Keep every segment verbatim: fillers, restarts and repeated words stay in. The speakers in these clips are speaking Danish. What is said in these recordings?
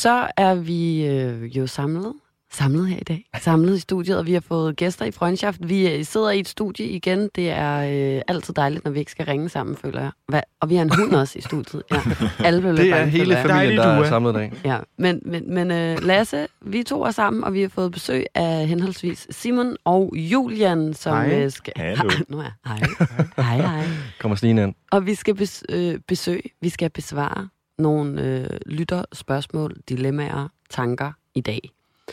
Så er vi øh, jo samlet. Samlet her i dag. Samlet i studiet, og vi har fået gæster i Freundschaft. Vi sidder i et studie igen. Det er øh, altid dejligt, når vi ikke skal ringe sammen, føler jeg. Hva? Og vi har en hund også i studiet. Ja. Alle blev det er bange, hele familien, der er samlet i dag. Ja. Men, men, men øh, Lasse, vi to er sammen, og vi har fået besøg af henholdsvis Simon og Julian, som hej. Øh, skal... Hallo. Nu er hej. Hej, hej. Kommer snigende ind. Og vi skal bes, øh, besøge, vi skal besvare nogle øh, lytterspørgsmål, dilemmaer, tanker i dag.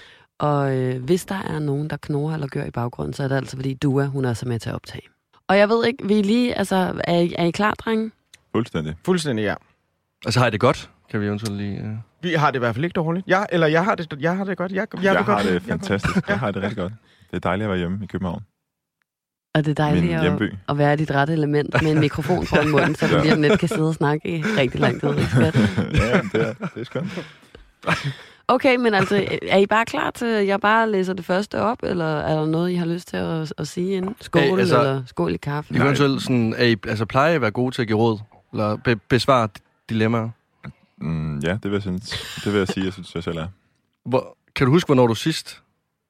Og øh, hvis der er nogen, der knurrer eller gør i baggrunden, så er det altså, fordi Dua, hun er så med til at optage. Og jeg ved ikke, vi lige, altså, er I, er I klar, drenge? Fuldstændig. Fuldstændig, ja. Altså har I det godt? Kan vi eventuelt lige... Uh... Vi har det i hvert fald ikke dårligt. Jeg, eller jeg har det, jeg har det godt. Jeg, jeg, jeg det har godt. det fantastisk. Jeg, jeg har det rigtig godt. Det er dejligt at være hjemme i København. Og det er dejligt at, at være dit rette element med en mikrofon foran munden, så du ja. lige om lidt kan sidde og snakke i rigtig lang tid. Ikke? Ja, det er, det er skønt. Okay, men altså, er I bare klar til, at jeg bare læser det første op, eller er der noget, I har lyst til at, at sige inden? Skål, hey, altså, eller skål i kaffe? Eventuelt sådan, er I, altså, plejer I at være gode til at give råd, eller be- besvare dilemmaer? Mm, ja, det vil, jeg synes, det vil jeg sige, jeg synes, jeg selv er. Hvor, kan du huske, hvornår du sidst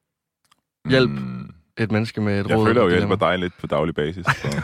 hjælp mm, et menneske med et jeg råd? Jeg føler jo, jeg hjælper dig lidt på daglig basis.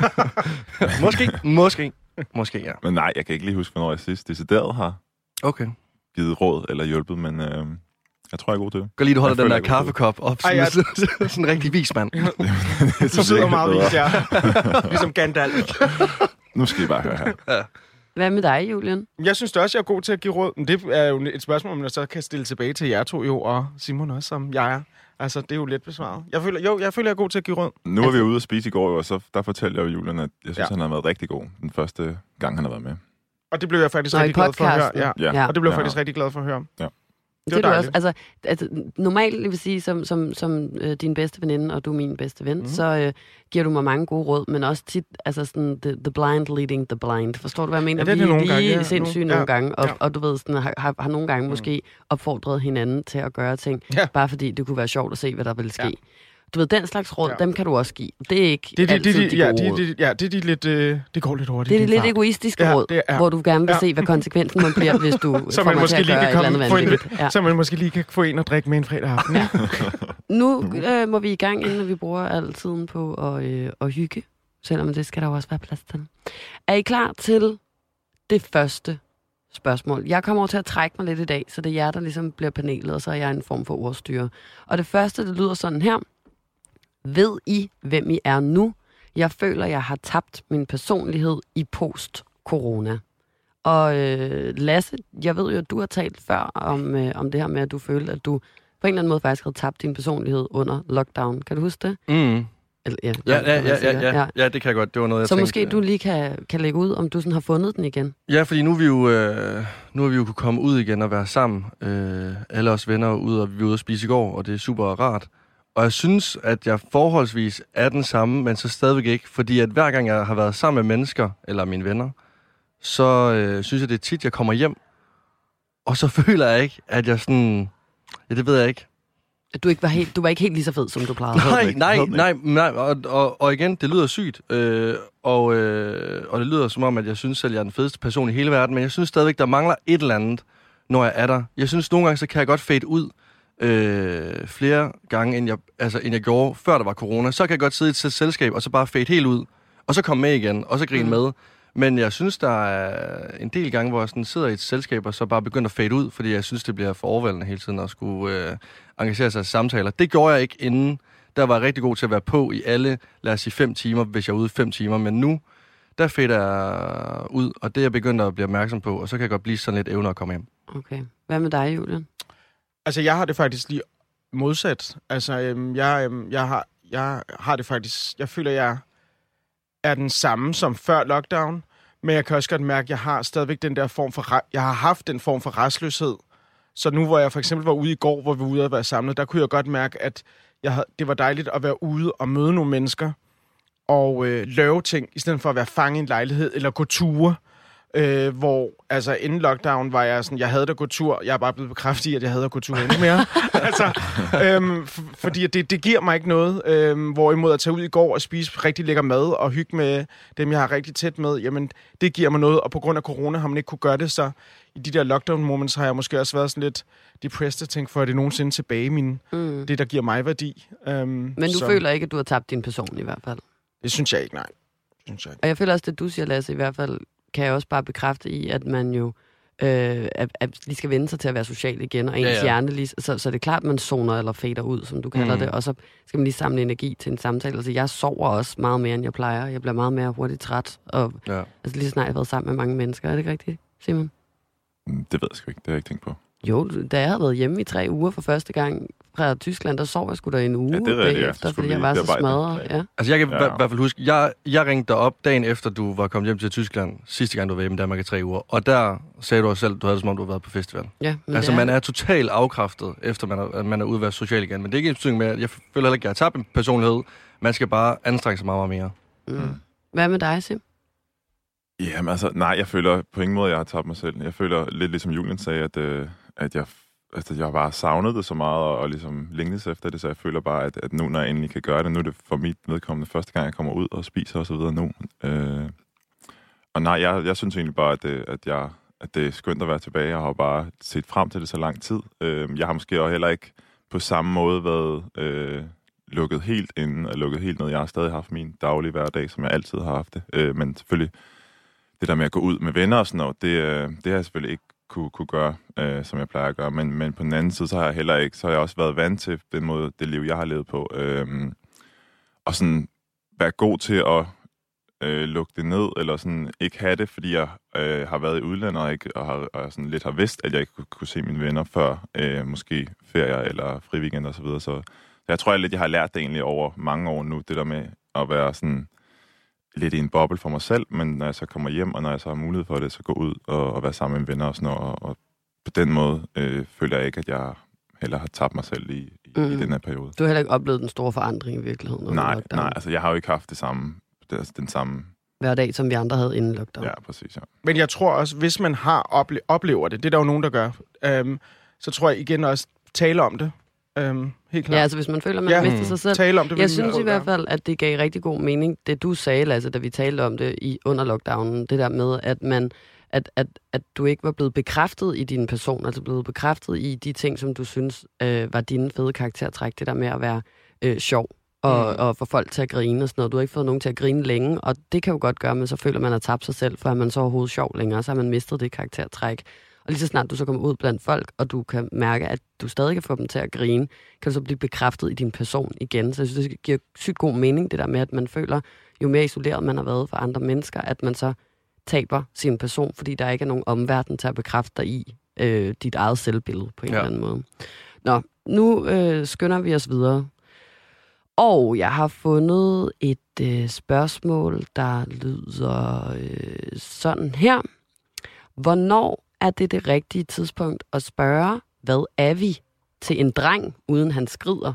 måske, måske, måske, ja. Men nej, jeg kan ikke lige huske, hvornår jeg sidst decideret har okay. givet råd eller hjulpet, men øh, jeg tror, jeg er god til det. Gør lige, du holder jeg den der kaffekop op, som jeg... sådan en rigtig vismand. Du sidder meget vis, ja. Ligesom Gandalf. Nu skal I bare høre her. Ja. Hvad med dig, Julian? Jeg synes også, jeg er god til at give råd. Men det er jo et spørgsmål, man så kan stille tilbage til jer to jo, og Simon også, som jeg er. Altså, det er jo let besvaret. Jeg føler, jo, jeg føler, jeg er god til at give råd. Nu var altså... vi ude at spise i går, og så der fortalte jeg jo Julian, at jeg synes, ja. han har været rigtig god den første gang, han har været med. Og det blev jeg faktisk Nå, rigtig glad for at høre. Ja. Ja. Og det blev jeg ja. faktisk rigtig glad for at høre. Ja. Det, det er du også. Altså, altså, normalt, jeg vil sige, som, som, som øh, din bedste veninde, og du er min bedste ven, mm-hmm. så øh, giver du mig mange gode råd, men også tit, altså sådan, the, the blind leading the blind. Forstår du, hvad jeg mener? Ja, det er vi er lige gange, sindssyge ja. nogle ja. gange, og, ja. og du ved, sådan, har, har, har nogle gange mm. måske opfordret hinanden til at gøre ting, ja. bare fordi det kunne være sjovt at se, hvad der ville ske. Ja. Du ved, den slags råd, ja. dem kan du også give. Det er ikke det, det, altid det, de, de ja, gode råd. Det, det, ja, det er de lidt... Øh, det går lidt hurtigt. Det er de lidt fart. egoistiske ja, råd, hvor du gerne vil ja. se, hvad konsekvensen man bliver, hvis du så får mig til at gøre et eller andet vanvittigt. Ja. Så man måske lige kan få en at drikke med en fredag aften. Ja. Nu øh, må vi i gang, inden vi bruger al tiden på at, øh, at hygge, selvom det skal der også være plads til. Er I klar til det første spørgsmål? Jeg kommer over til at trække mig lidt i dag, så det er jer, der ligesom bliver panelet, og så er jeg en form for ordstyre. Og det første, det lyder sådan her. Ved I, hvem I er nu? Jeg føler, jeg har tabt min personlighed i post-corona. Og øh, Lasse, jeg ved jo, at du har talt før om, øh, om det her med, at du følte, at du på en eller anden måde faktisk havde tabt din personlighed under lockdown. Kan du huske det? Mm. Eller, ja, ja, ja, ja, ja, ja, ja. ja, det kan jeg godt. Det var noget, jeg Så tænkte, måske du lige kan, kan lægge ud, om du sådan har fundet den igen. Ja, fordi nu er vi jo, øh, nu er vi jo kunne komme ud igen og være sammen. Øh, alle os venner ud, og vi var ude at spise i går, og det er super rart. Og jeg synes, at jeg forholdsvis er den samme, men så stadigvæk ikke. Fordi at hver gang jeg har været sammen med mennesker, eller mine venner, så øh, synes jeg, det er tit, jeg kommer hjem. Og så føler jeg ikke, at jeg sådan... Ja, det ved jeg ikke. Du, ikke var, helt, du var ikke helt lige så fed, som du plejede. Nej, nej, nej, nej. Og, og, og igen, det lyder sygt. Øh, og, øh, og det lyder som om, at jeg synes selv, jeg er den fedeste person i hele verden. Men jeg synes stadigvæk, der mangler et eller andet, når jeg er der. Jeg synes, nogle gange, så kan jeg godt fade ud. Øh, flere gange, end jeg, altså, end jeg gjorde, før der var corona. Så kan jeg godt sidde i et selskab, og så bare fade helt ud. Og så komme med igen, og så grine mm. med. Men jeg synes, der er en del gange, hvor jeg sådan sidder i et selskab, og så bare begynder at fade ud, fordi jeg synes, det bliver for overvældende hele tiden at skulle øh, engagere sig i samtaler. Det gjorde jeg ikke inden. Der var jeg rigtig god til at være på i alle, lad os sige fem timer, hvis jeg er ude fem timer. Men nu, der fader jeg ud, og det er jeg begyndt at blive opmærksom på, og så kan jeg godt blive sådan lidt evne at komme hjem. Okay. Hvad med dig, Julian? Altså, jeg har det faktisk lige modsat. Altså, øhm, jeg, øhm, jeg, har, jeg har det faktisk... Jeg føler, jeg er den samme som før lockdown, men jeg kan også godt mærke, at jeg har stadigvæk den der form for... Jeg har haft den form for restløshed. Så nu, hvor jeg for eksempel var ude i går, hvor vi var ude at være samlet, der kunne jeg godt mærke, at jeg havde, det var dejligt at være ude og møde nogle mennesker og øh, lave ting, i stedet for at være fanget i en lejlighed eller gå ture. Øh, hvor, altså, inden lockdown var jeg sådan, jeg havde at gå tur. Jeg er bare blevet bekræftet i, at jeg havde at gå tur endnu mere. altså, øhm, f- fordi det, det giver mig ikke noget. Øhm, hvorimod at tage ud i går og spise rigtig lækker mad og hygge med dem, jeg har rigtig tæt med, jamen, det giver mig noget. Og på grund af corona har man ikke kunne gøre det, så i de der lockdown moments har jeg måske også været sådan lidt depressed og tænkt, for at det nogensinde tilbage min, mm. det, der giver mig værdi. Øhm, Men du så, føler ikke, at du har tabt din person i hvert fald? Det synes jeg ikke, nej. Det synes jeg ikke. Og jeg føler også, det du siger, Lasse, i hvert fald kan jeg også bare bekræfte i, at man jo øh, at, at lige skal vende sig til at være social igen, og ens ja, ja. hjerne lige, så, så det er klart, at man zoner eller fader ud, som du kalder mm. det, og så skal man lige samle energi til en samtale. Altså, jeg sover også meget mere, end jeg plejer. Jeg bliver meget mere hurtigt træt, og ja. altså, lige så snart jeg har været sammen med mange mennesker. Er det ikke rigtigt, Simon? Det ved jeg sgu ikke. Det har jeg ikke tænkt på. Jo, da jeg havde været hjemme i tre uger for første gang fra Tyskland, der sov jeg sgu da en uge ja, det bagefter, efter, fordi jeg var så smadret. Ja. Altså, jeg kan i ja. hvert fald huske, jeg, jeg ringte dig op dagen efter, du var kommet hjem til Tyskland, sidste gang du var hjemme i Danmark i tre uger, og der sagde du også selv, du havde det som om, du havde været på festival. Ja, altså, er... man er totalt afkræftet, efter man er, man er ude at være social igen, men det er ikke en betydning med, at jeg føler heller ikke, at jeg har tabt en personlighed. Man skal bare anstrenge sig meget, meget mere. Mm. Hvad med dig, Sim? Jamen altså, nej, jeg føler på ingen måde, at jeg har tabt mig selv. Jeg føler lidt ligesom Julian sagde, at, øh, at jeg, altså, jeg bare savnet det så meget, og, og ligesom længes efter det, så jeg føler bare, at, at nu, når jeg endelig kan gøre det, nu er det for mit vedkommende første gang, jeg kommer ud og spiser og så videre nu. Øh, og nej, jeg, jeg synes egentlig bare, at det, at, jeg, at det er skønt at være tilbage. Jeg har bare set frem til det så lang tid. Øh, jeg har måske også heller ikke på samme måde været øh, lukket helt inde og lukket helt ned. Jeg har stadig haft min daglige hverdag, som jeg altid har haft det. Øh, men selvfølgelig det der med at gå ud med venner og sådan noget, det, det har jeg selvfølgelig ikke kunne, kunne gøre, øh, som jeg plejer at gøre. Men, men på den anden side, så har jeg heller ikke, så har jeg også været vant til den måde, det liv, jeg har levet på. Øh, og sådan være god til at øh, lukke det ned, eller sådan ikke have det, fordi jeg øh, har været i udlandet og, ikke, og, har, og sådan lidt har vidst, at jeg ikke kunne, kunne se mine venner før øh, måske ferier eller fri weekend og så videre. Så jeg tror, jeg lidt, jeg har lært det egentlig over mange år nu, det der med at være sådan lidt i en boble for mig selv, men når jeg så kommer hjem, og når jeg så har mulighed for det, så gå ud og, og være sammen med venner og sådan noget, og, og på den måde øh, føler jeg ikke, at jeg heller har tabt mig selv i, i, mm. i den her periode. Du har heller ikke oplevet den store forandring i virkeligheden? Nej, nej, altså jeg har jo ikke haft det samme, det, den samme hverdag, som vi andre havde inden lockdown. Ja, præcis, ja. Men jeg tror også, hvis man har ople- oplever det, det er der jo nogen, der gør, øhm, så tror jeg igen også, tale om det. Øhm, helt klart. Ja, altså hvis man føler, at man ja, mister sig selv. Tale om det, jeg synes i hvert fald, at det gav rigtig god mening, det du sagde, Lasse, da vi talte om det i under lockdownen, det der med, at man at, at, at du ikke var blevet bekræftet i din person, altså blevet bekræftet i de ting, som du synes øh, var dine fede karaktertræk, det der med at være øh, sjov og, mm. og få folk til at grine og sådan noget. Du har ikke fået nogen til at grine længe, og det kan jo godt gøre, men så føler man at tabt sig selv, for at man så overhovedet sjov længere, så har man mistet det karaktertræk. Og lige så snart du så kommer ud blandt folk, og du kan mærke, at du stadig kan få dem til at grine, kan du så blive bekræftet i din person igen. Så jeg synes, det giver sygt god mening, det der med, at man føler, jo mere isoleret man har været fra andre mennesker, at man så taber sin person, fordi der ikke er nogen omverden til at bekræfte dig i øh, dit eget selvbillede på en ja. eller anden måde. Nå, nu øh, skynder vi os videre. Og jeg har fundet et øh, spørgsmål, der lyder øh, sådan her. Hvornår er det det rigtige tidspunkt at spørge, hvad er vi til en dreng, uden han skrider?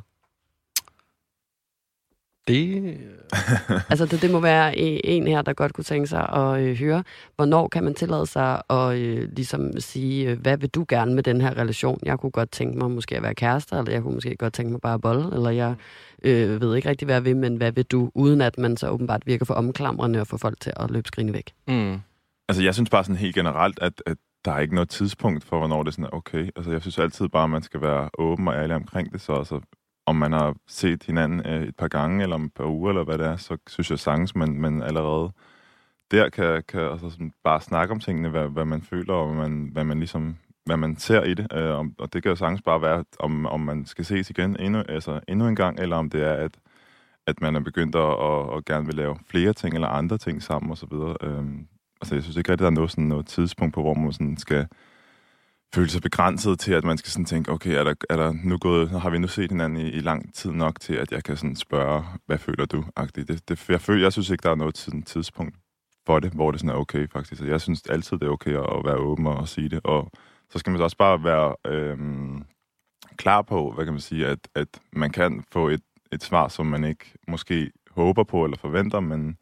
Det... altså, det, det må være en her, der godt kunne tænke sig at øh, høre. Hvornår kan man tillade sig at øh, ligesom sige, øh, hvad vil du gerne med den her relation? Jeg kunne godt tænke mig måske at være kærester, eller jeg kunne måske godt tænke mig bare at bolle, eller jeg øh, ved ikke rigtig, hvad jeg vil, men hvad vil du? Uden at man så åbenbart virker for omklamrende og få folk til at løbe skrigende væk. Mm. Altså, jeg synes bare sådan helt generelt, at, at der er ikke noget tidspunkt for, hvornår det sådan er okay. Altså, jeg synes altid bare, at man skal være åben og ærlig omkring det, så altså, om man har set hinanden øh, et par gange, eller et par uger, eller hvad det er, så synes jeg sagtens, man, man allerede der kan, kan altså, sådan, bare snakke om tingene, hvad, hvad man føler, og hvad man, hvad man, ligesom, hvad man ser i det. Øh, og, og det kan jo sagtens bare være, om, om man skal ses igen endnu, altså, endnu en gang, eller om det er, at, at man er begyndt at og, og gerne vil lave flere ting, eller andre ting sammen, osv. Øh, altså, jeg synes ikke rigtig, der er noget, sådan, noget tidspunkt på, hvor man sådan skal føle sig begrænset til, at man skal sådan tænke, okay, er der, er der nu gået, har vi nu set hinanden i, i lang tid nok til, at jeg kan sådan spørge, hvad føler du? Det, det, jeg, føler, jeg synes ikke, der er noget tid, tidspunkt for det, hvor det sådan er okay, faktisk. Jeg synes altid, det er okay at være åben og sige det, og så skal man også bare være øhm, klar på, hvad kan man sige, at, at man kan få et, et svar, som man ikke måske håber på eller forventer, men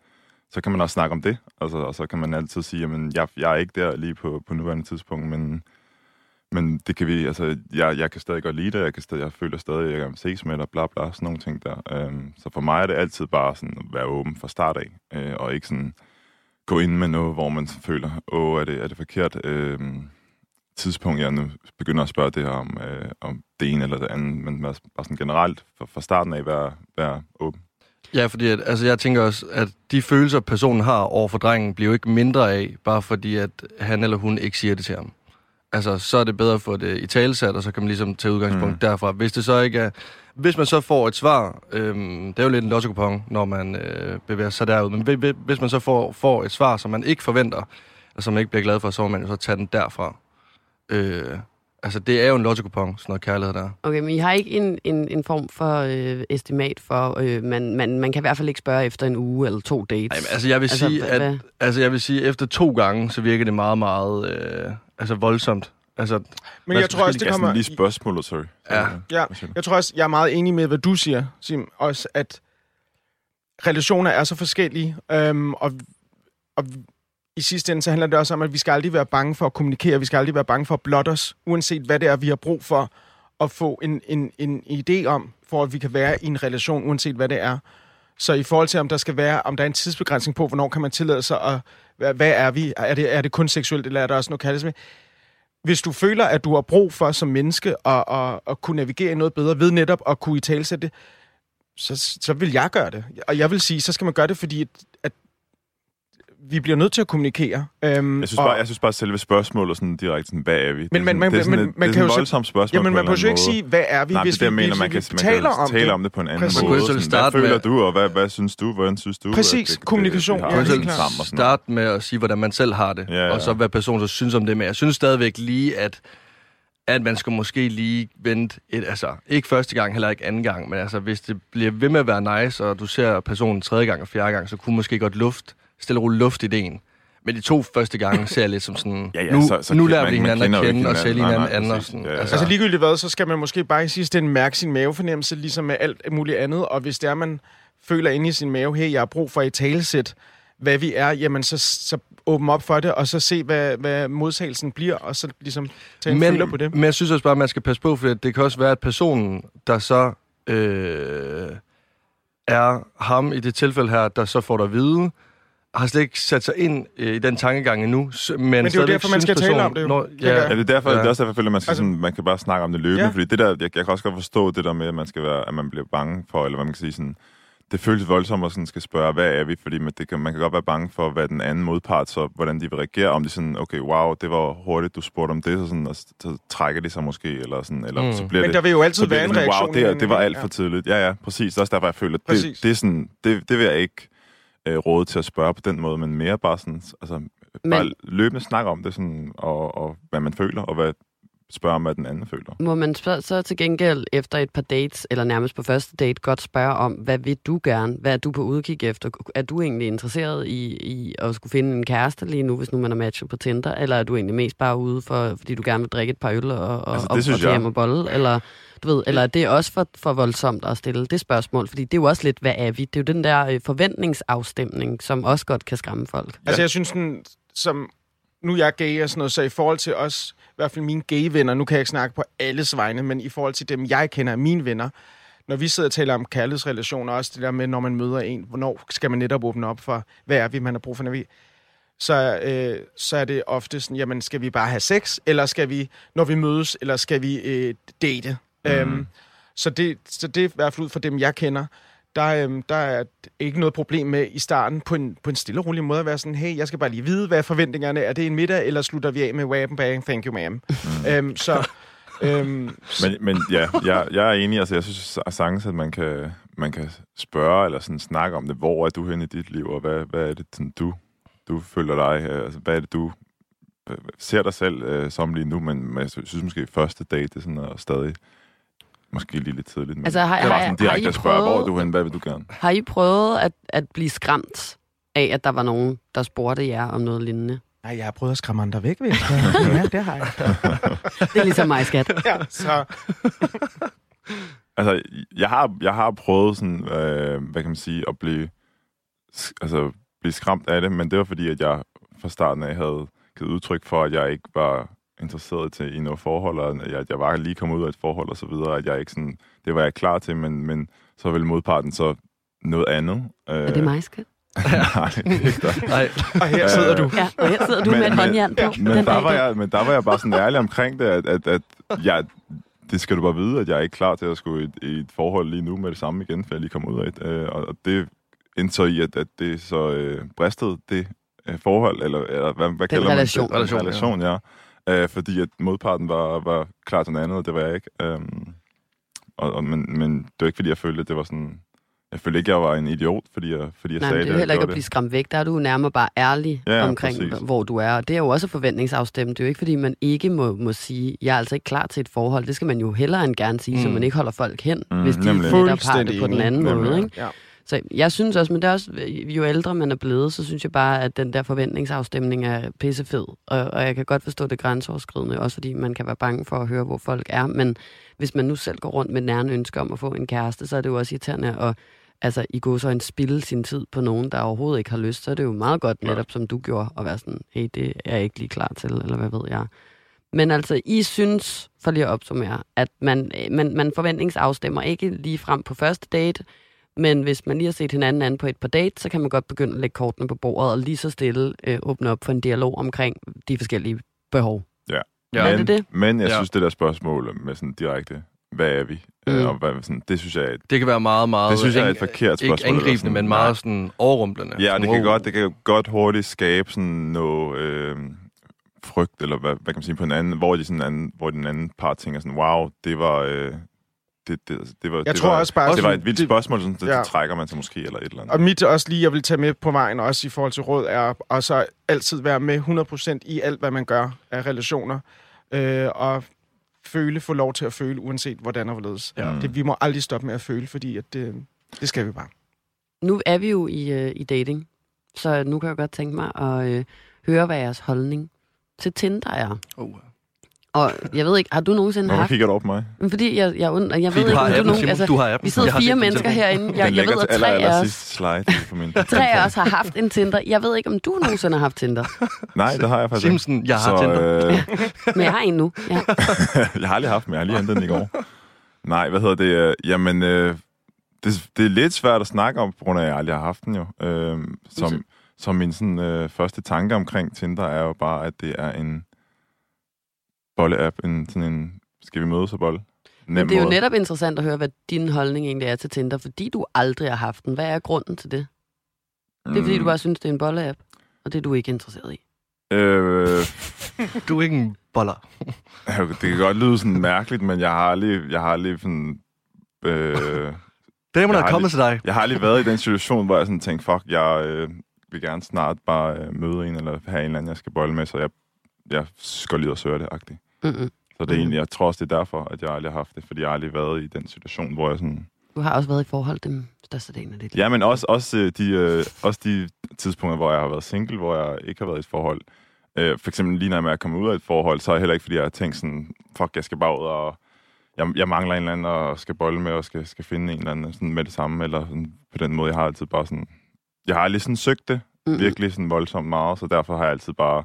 så kan man også snakke om det, altså, og så kan man altid sige, jamen, jeg, jeg er ikke der lige på, på nuværende tidspunkt, men, men det kan vi, altså, jeg, jeg kan stadig godt lide det, jeg, kan stadig, jeg føler stadig, at jeg kan ses med dig, bla bla, sådan nogle ting der. Øhm, så for mig er det altid bare sådan at være åben fra start af, øh, og ikke sådan gå ind med noget, hvor man føler, åh, er det, er det forkert øh, tidspunkt, jeg nu begynder at spørge det her om, øh, om det ene eller det andet, men bare sådan generelt fra, fra starten af være, være åben. Ja, fordi at, altså, jeg tænker også, at de følelser, personen har over for drengen, bliver jo ikke mindre af, bare fordi at han eller hun ikke siger det til ham. Altså, så er det bedre at få det i talesat, og så kan man ligesom tage udgangspunkt mm. derfra. Hvis det så ikke er... Hvis man så får et svar, øhm, det er jo lidt en lotto-kupon, når man øh, bevæger sig derud, men hvis man så får, får et svar, som man ikke forventer, og som man ikke bliver glad for, så må man jo så tage den derfra. Øh, altså, det er jo en lotto-kupon, sådan noget kærlighed der. Okay, men I har ikke en, en, en form for øh, estimat for... Øh, man, man, man kan i hvert fald ikke spørge efter en uge eller to dates. Nej, men altså, jeg vil altså, sige, at... Hvad? Altså, jeg vil sige, efter to gange, så virker det meget, meget... Øh, altså, voldsomt. Altså, men jeg tror også, det kommer... lige spørgsmålet, sorry. Ja. ja. Jeg tror også, jeg er meget enig med, hvad du siger, Sim. Også, at relationer er så forskellige, øhm, og, og i sidste ende, så handler det også om, at vi skal aldrig være bange for at kommunikere, vi skal aldrig være bange for at blotte os, uanset hvad det er, vi har brug for at få en, en, en idé om, for at vi kan være i en relation, uanset hvad det er. Så i forhold til, om der skal være, om der er en tidsbegrænsning på, hvornår kan man tillade sig, at, hvad, hvad er vi? Er det, er det kun seksuelt, eller er der også noget kaldes med? Hvis du føler, at du har brug for som menneske at, at, at kunne navigere i noget bedre, ved netop at kunne italesætte det, så, så vil jeg gøre det. Og jeg vil sige, så skal man gøre det, fordi at, at vi bliver nødt til at kommunikere. Øhm, jeg, synes bare, jeg synes bare, at selve spørgsmålet sådan direkte, sådan, hvad er vi? Men, men, men, det er sådan men, et, man det kan er jo et voldsomt spørgsmål. Jamen, man kan jo ikke sige, hvad er vi, Nej, hvis det, det, vi, mener, hvis man vi kan, taler man kan om tale det. om det på en anden Præcis. måde. Sådan, hvad føler med, du, og hvad, hvad synes du, hvordan synes du? Præcis, at det, kommunikation. Det, ja, det, helt klart. Start med at sige, hvordan man selv har det, ja, ja. og så hvad personen så synes om det. Men jeg synes stadigvæk lige, at at man skal måske lige vente et, altså ikke første gang, heller ikke anden gang, men altså hvis det bliver ved med at være nice, og du ser personen tredje gang og fjerde gang, så kunne måske godt luft, stille og roligt luft ideen. Men de to første gange ser jeg lidt som sådan, ja, ja, nu, så, så nu lærer vi hinanden at kende, og sælge hinanden anden. Og sådan, ja, ja. altså. altså ligegyldigt hvad, så skal man måske bare i sidste ende mærke sin mavefornemmelse, ligesom med alt muligt andet, og hvis det er, man føler inde i sin mave, hey, jeg har brug for et talesæt, hvad vi er, jamen så, så åbne op for det, og så se, hvad, hvad modtagelsen bliver, og så ligesom tage en følger på det. Men jeg synes også bare, at man skal passe på, for det kan også være, at personen, der så øh, er ham i det tilfælde her, der så får dig at vide, har slet ikke sat sig ind øh, i den tankegang endnu. Men, men det er jo derfor, man skal person, tale om det jo. Når, ja, ja, det er derfor, ja. Det er også derfor, at man, skal altså, sådan, man kan bare snakke om det løbende, ja. Fordi det der, jeg, jeg kan også godt forstå det der med, at man skal være, at man bliver bange for, eller hvad man kan sige sådan, det føles voldsomt at sådan skal spørge, hvad er vi? Fordi man, det kan, man kan godt være bange for, hvad den anden modpart, så hvordan de vil reagere, om de sådan, okay, wow, det var hurtigt, du spurgte om det, så, sådan, og så trækker de sig måske, eller sådan, eller mm. så bliver Men det... der vil jo altid være en sådan, reaktion. Wow, det, her, det var alt for tidligt. Ja, ja, præcis. Det er også derfor, jeg føler, at det, det, er sådan, det, det vil jeg ikke øh, råde til at spørge på den måde, men mere bare sådan, altså, men, bare løbende snakke om det, sådan, og, og hvad man føler, og hvad spørge om, hvad den anden føler. Må man spørge, så til gengæld efter et par dates, eller nærmest på første date, godt spørge om, hvad vil du gerne? Hvad er du på udkig efter? Er du egentlig interesseret i, i at skulle finde en kæreste lige nu, hvis nu man er matchet på Tinder? Eller er du egentlig mest bare ude, for, fordi du gerne vil drikke et par øl og, altså, og, og tage hjem og bolle? Eller, du ved, eller er det også for, for voldsomt at stille det spørgsmål? Fordi det er jo også lidt, hvad er vi? Det er jo den der forventningsafstemning, som også godt kan skræmme folk. Ja. Altså jeg synes sådan, som... Nu er jeg gay og sådan noget, så i forhold til os, i hvert fald mine gay-venner, nu kan jeg ikke snakke på alles vegne, men i forhold til dem, jeg kender af mine venner, når vi sidder og taler om kærlighedsrelationer, også det der med, når man møder en, hvornår skal man netop åbne op for, hvad er vi, man har brug for, når vi... Så, øh, så er det ofte sådan, jamen, skal vi bare have sex, eller skal vi, når vi mødes, eller skal vi øh, date? Mm. Øhm, så, det, så det er i hvert fald ud fra dem, jeg kender. Der, øhm, der er ikke noget problem med i starten på en, på en stille og rolig måde at være sådan, hey, jeg skal bare lige vide, hvad forventningerne er. Er det en middag, eller slutter vi af med wham bang, thank you ma'am? Mm. Øhm, så, øhm, men, men ja, jeg, jeg er enig. Altså, jeg synes sagtens, at man kan, man kan spørge eller sådan snakke om det. Hvor er du henne i dit liv, og hvad, hvad er det, sådan, du, du føler dig? Altså, hvad er det, du ser dig selv øh, som lige nu? Men, men jeg synes måske, første date er sådan noget stadig... Måske lige lidt tidligt, men altså, har, det var har, sådan direkte at spørge, prøvet, hvor er du hen, hvad vil du gerne? Har I prøvet at, at blive skræmt af, at der var nogen, der spurgte jer om noget lignende? Nej, jeg har prøvet at skræmme andre væk, ved jeg. Ja, det har jeg. Det er ligesom mig, skat. Ja, så... altså, jeg har, jeg har prøvet sådan, øh, hvad kan man sige, at blive... Altså, blive skræmt af det, men det var fordi, at jeg fra starten af havde givet udtryk for, at jeg ikke var interesseret til i noget forhold, og at jeg, jeg var lige kommet ud af et forhold og så videre, at jeg ikke sådan, det var jeg klar til, men, men så ville modparten så noget andet. Er det mig, skat? Nej, det er ikke der. Nej. Og her sidder du. Ja, og her sidder du men, med et håndjern på. Men, men, der var jeg, men der var jeg bare sådan ærlig omkring det, at, at, at jeg, det skal du bare vide, at jeg er ikke klar til at skulle i et, i et forhold lige nu med det samme igen, for jeg lige kom ud af et. Øh, og, og det endte så i, at, at det så øh, bristede det øh, forhold, eller, eller hvad, hvad kalder relation. man det? Relation. relation, ja. ja. Øh, fordi at modparten var, var klar til noget andet, og det var jeg ikke. Øhm, og, og, men, men det var ikke, fordi jeg følte, at det var sådan... Jeg følte ikke, jeg var en idiot, fordi jeg, fordi jeg Nej, sagde det. Nej, det er heller ikke at blive skræmt væk. Der er du nærmere bare ærlig ja, ja, omkring, præcis. hvor du er. Og det er jo også forventningsafstemt. Det er jo ikke, fordi man ikke må, må sige, jeg er altså ikke klar til et forhold. Det skal man jo hellere end gerne sige, mm. så man ikke holder folk hen, mm, hvis de netop har det på den anden nemlig. måde. Ikke? Ja. Så jeg synes også, men det er også, jo ældre man er blevet, så synes jeg bare, at den der forventningsafstemning er pissefed. Og, og jeg kan godt forstå det grænseoverskridende, også fordi man kan være bange for at høre, hvor folk er. Men hvis man nu selv går rundt med nærende ønske om at få en kæreste, så er det jo også irriterende at altså, i går så en spilde sin tid på nogen, der overhovedet ikke har lyst, så er det jo meget godt netop, ja. som du gjorde, at være sådan, hey, det er jeg ikke lige klar til, eller hvad ved jeg. Men altså, I synes, for lige at opsummere, at man, man, man forventningsafstemmer ikke lige frem på første date, men hvis man lige har set hinanden anden på et par dates, så kan man godt begynde at lægge kortene på bordet, og lige så stille øh, åbne op for en dialog omkring de forskellige behov. Ja, ja. Men, er det det? men jeg ja. synes, det der spørgsmål med sådan direkte, hvad er vi? Mm. Og hvad, sådan, det synes jeg er et, det kan være meget, meget... Det synes jeg er et forkert spørgsmål. Ikke angribende, sådan, men meget sådan overrumplende. Ja, sådan, det kan, wow. godt, det kan godt hurtigt skabe sådan noget øh, frygt, eller hvad, hvad kan man sige, på en anden, hvor, de sådan anden, hvor den anden part tænker sådan, wow, det var... Øh, det, det, det var, jeg det tror var, også bare... Det var et vildt det, spørgsmål, sådan, det, ja. det trækker man sig måske, eller et eller andet. Og mit også lige, jeg vil tage med på vejen, også i forhold til råd, er at så altid være med hundrede procent i alt, hvad man gør af relationer. Øh, og føle, få lov til at føle, uanset hvordan og hvorledes. Ja. Det, vi må aldrig stoppe med at føle, fordi at det, det skal vi bare. Nu er vi jo i, uh, i dating, så nu kan jeg godt tænke mig at uh, høre, hvad jeres holdning til Tinder er. Oh. Og jeg ved ikke, har du nogensinde Hvorfor haft... kigger du op på mig? Fordi jeg, jeg, und... jeg Fordi ved ikke, om du, nogen... altså, du har appen. Vi sidder fire mennesker herinde. Jeg, jeg ved, at tre af os... slide på min tre af os har haft en Tinder. Jeg ved ikke, om du nogensinde har haft Tinder. Nej, det har jeg faktisk ikke. Simpson, jeg har så, Tinder. Øh... Ja. Men jeg har en nu. Ja. Jeg har aldrig haft, men jeg har lige hentet den i går. Nej, hvad hedder det? Jamen, øh, det, det er lidt svært at snakke om, på grund af, at jeg aldrig har haft den jo. Øh, som, som min sådan, øh, første tanke omkring Tinder er jo bare, at det er en bolle-app, en, sådan en, skal vi mødes og bolle? Men det er jo netop interessant at høre, hvad din holdning egentlig er til Tinder, fordi du aldrig har haft den. Hvad er grunden til det? Det er, fordi du bare synes, det er en bolle-app, og det er du ikke interesseret i. Øh... Du er ikke en boller. Det kan godt lyde sådan mærkeligt, men jeg har aldrig, jeg har aldrig sådan... Øh... Damerne er kommet til dig. Jeg har aldrig været i den situation, hvor jeg sådan tænkte, fuck, jeg øh, vil gerne snart bare øh, møde en, eller have en eller anden, jeg skal bolle med, så jeg, jeg skal lige og søge det-agtigt. Mm-mm. Så det er egentlig, jeg tror også, det er derfor, at jeg aldrig har haft det, fordi jeg har aldrig været i den situation, hvor jeg sådan... Du har også været i forhold den største del af dit liv. Ja, men også, også, de, øh, også de tidspunkter, hvor jeg har været single, hvor jeg ikke har været i et forhold. Øh, for eksempel lige når jeg er kommet ud af et forhold, så er det heller ikke, fordi jeg har tænkt sådan, fuck, jeg skal bare ud og... Jeg, jeg mangler en eller anden, og skal bolle med, og skal, skal finde en eller anden sådan med det samme, eller sådan, på den måde, jeg har altid bare sådan... Jeg har aldrig sådan søgt det, mm-hmm. virkelig sådan voldsomt meget, så derfor har jeg altid bare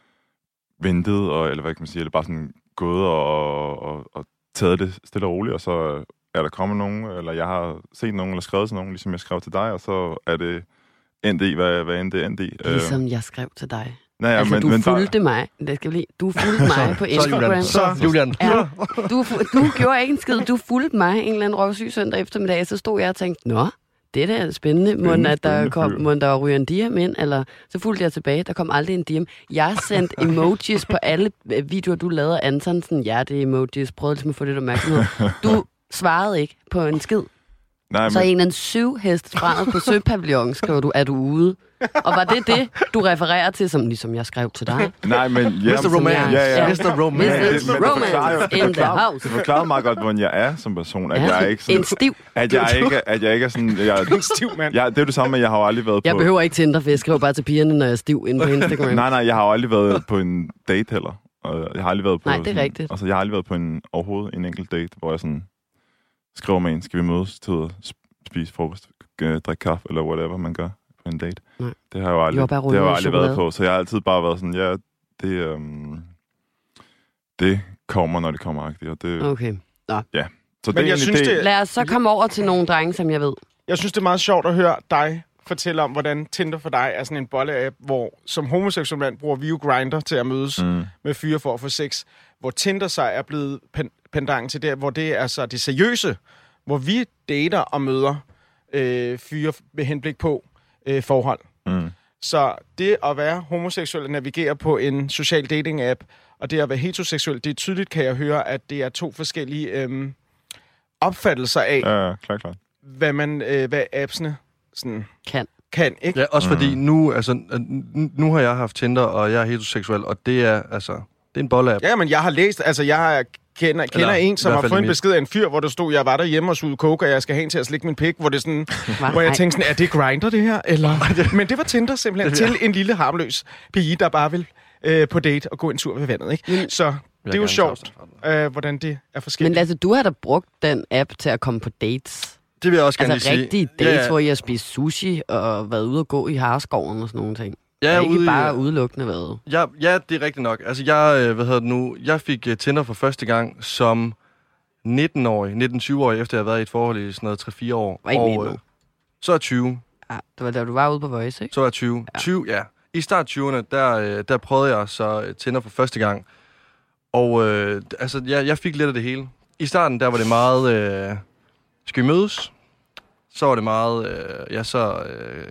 ventet, og, eller hvad kan man sige, eller bare sådan gået og, og, og taget det stille og roligt, og så er der kommet nogen, eller jeg har set nogen, eller skrevet til nogen, ligesom jeg skrev til dig, og så er det endt i, hvad, hvad end det endte i. Ligesom jeg skrev til dig. Ja, ja, altså, men, du men fulgte bare... mig. Det skal vi lige. Du fulgte mig på Instagram. Så, Julian. Ja, du, du gjorde ikke en skid. Du fulgte mig en eller anden røvsyg søndag eftermiddag, så stod jeg og tænkte, nå, det der er spændende. Må at der kom, må der ryge en diam ind, eller så fulgte jeg tilbage. Der kom aldrig en diam. Jeg sendte emojis på alle videoer, du lavede af Anton. Sådan, ja, det er emojis. Prøvede ligesom at få lidt opmærksomhed. Du svarede ikke på en skid. Nej, men... Så en eller anden syvhestesbrænder på Søpavillon, skriver du, er du ude? Og var det det, du refererer til, som ligesom jeg skrev til dig? Nej, men... Ja, mister Romance. Ja, ja. mister Romance. mister Romance in the house. Det forklarer meget godt, hvordan jeg er som person. At ja, jeg er ikke sådan, en stiv. At jeg ikke, at jeg ikke er sådan... Jeg, en stiv mand. Jeg, det er jo det samme, at jeg har jo aldrig været jeg på... Jeg behøver ikke Tinder, for jeg skriver bare til pigerne, når jeg er stiv inde på Instagram. nej, nej, jeg har jo aldrig været på en date heller. Og jeg har aldrig været på... Nej, det er sådan, rigtigt. Altså, jeg har aldrig været på en overhovedet en enkelt date, hvor jeg sådan skriver med en, skal vi mødes til at spise frokost, drikke kaffe, eller whatever man gør på en date. Nej. Det har jeg jo aldrig, bare det har jeg jo aldrig chokolade. været på, så jeg har altid bare været sådan, ja, det, øhm, det kommer, når det kommer, agtigt, og det, Okay. ja. Så Men det er jeg synes, det... det- Lad os så komme over til nogle drenge, som jeg ved. Jeg synes, det er meget sjovt at høre dig fortælle om, hvordan Tinder for dig er sådan en bolle-app, hvor som homoseksuel mand bruger vi jo Grindr til at mødes Mm. med fyre for at få sex. Hvor Tinder så er blevet pen- pendant til det, hvor det er så det seriøse, hvor vi dater og møder øh, fyre med henblik på øh, forhold. Mm. Så det at være homoseksuel og navigere på en social dating-app, og det at være heteroseksuel, det er tydeligt, kan jeg høre, at det er to forskellige øh, opfattelser af, Ja, ja, klart, klart. hvad man, øh, hvad appsene sådan Kan. kan, ikke? Ja, også Mm. fordi nu, altså, nu har jeg haft Tinder, og jeg er heteroseksuel, og det er, altså, det er en bolle-app. Ja, men jeg har læst, altså jeg har kender, kender Eller, en, som i hvert har fald fået en mit. besked af en fyr, hvor der stod, jeg var derhjemme og sugede coke, og jeg skal have en til at slikke min pik, hvor det sådan, Hva? hvor jeg Ej. tænkte sådan, er det Grindr det her? Eller? Men det var Tinder simpelthen til en lille harmløs pige, der bare vil øh, på date og gå en tur ved vandet, ikke? Men- Så det er jo sjovt, øh, hvordan det er Men forskelligt. Lasse, du har da brugt den app til at komme på dates. Det vil jeg også gerne Altså lige sige. rigtige dates, Ja, ja. hvor I har spist sushi og været ude og gå i Hareskoven og sådan nogle ting. Jeg Jeg er er ikke ude i- bare udelukkende været. Ja, ja, det er rigtigt nok. Altså, jeg, øh, hvad hedder det nu, jeg fik uh, Tinder for første gang som nitten-årig, nitten-tyve-årig, efter jeg har været i et forhold i sådan noget tre fire år. Var ikke nitten øh, år. så er jeg tyve. Ja, det var da du var ude på Voice, ikke? Så er jeg tyve. Ja. tyve, ja. I start tyverne, der, øh, der prøvede jeg så øh, Tinder for første gang. Og øh, altså, jeg, jeg fik lidt af det hele. I starten, der var det meget, øh, skal vi mødes? Så var det meget, øh, ja, så, øh,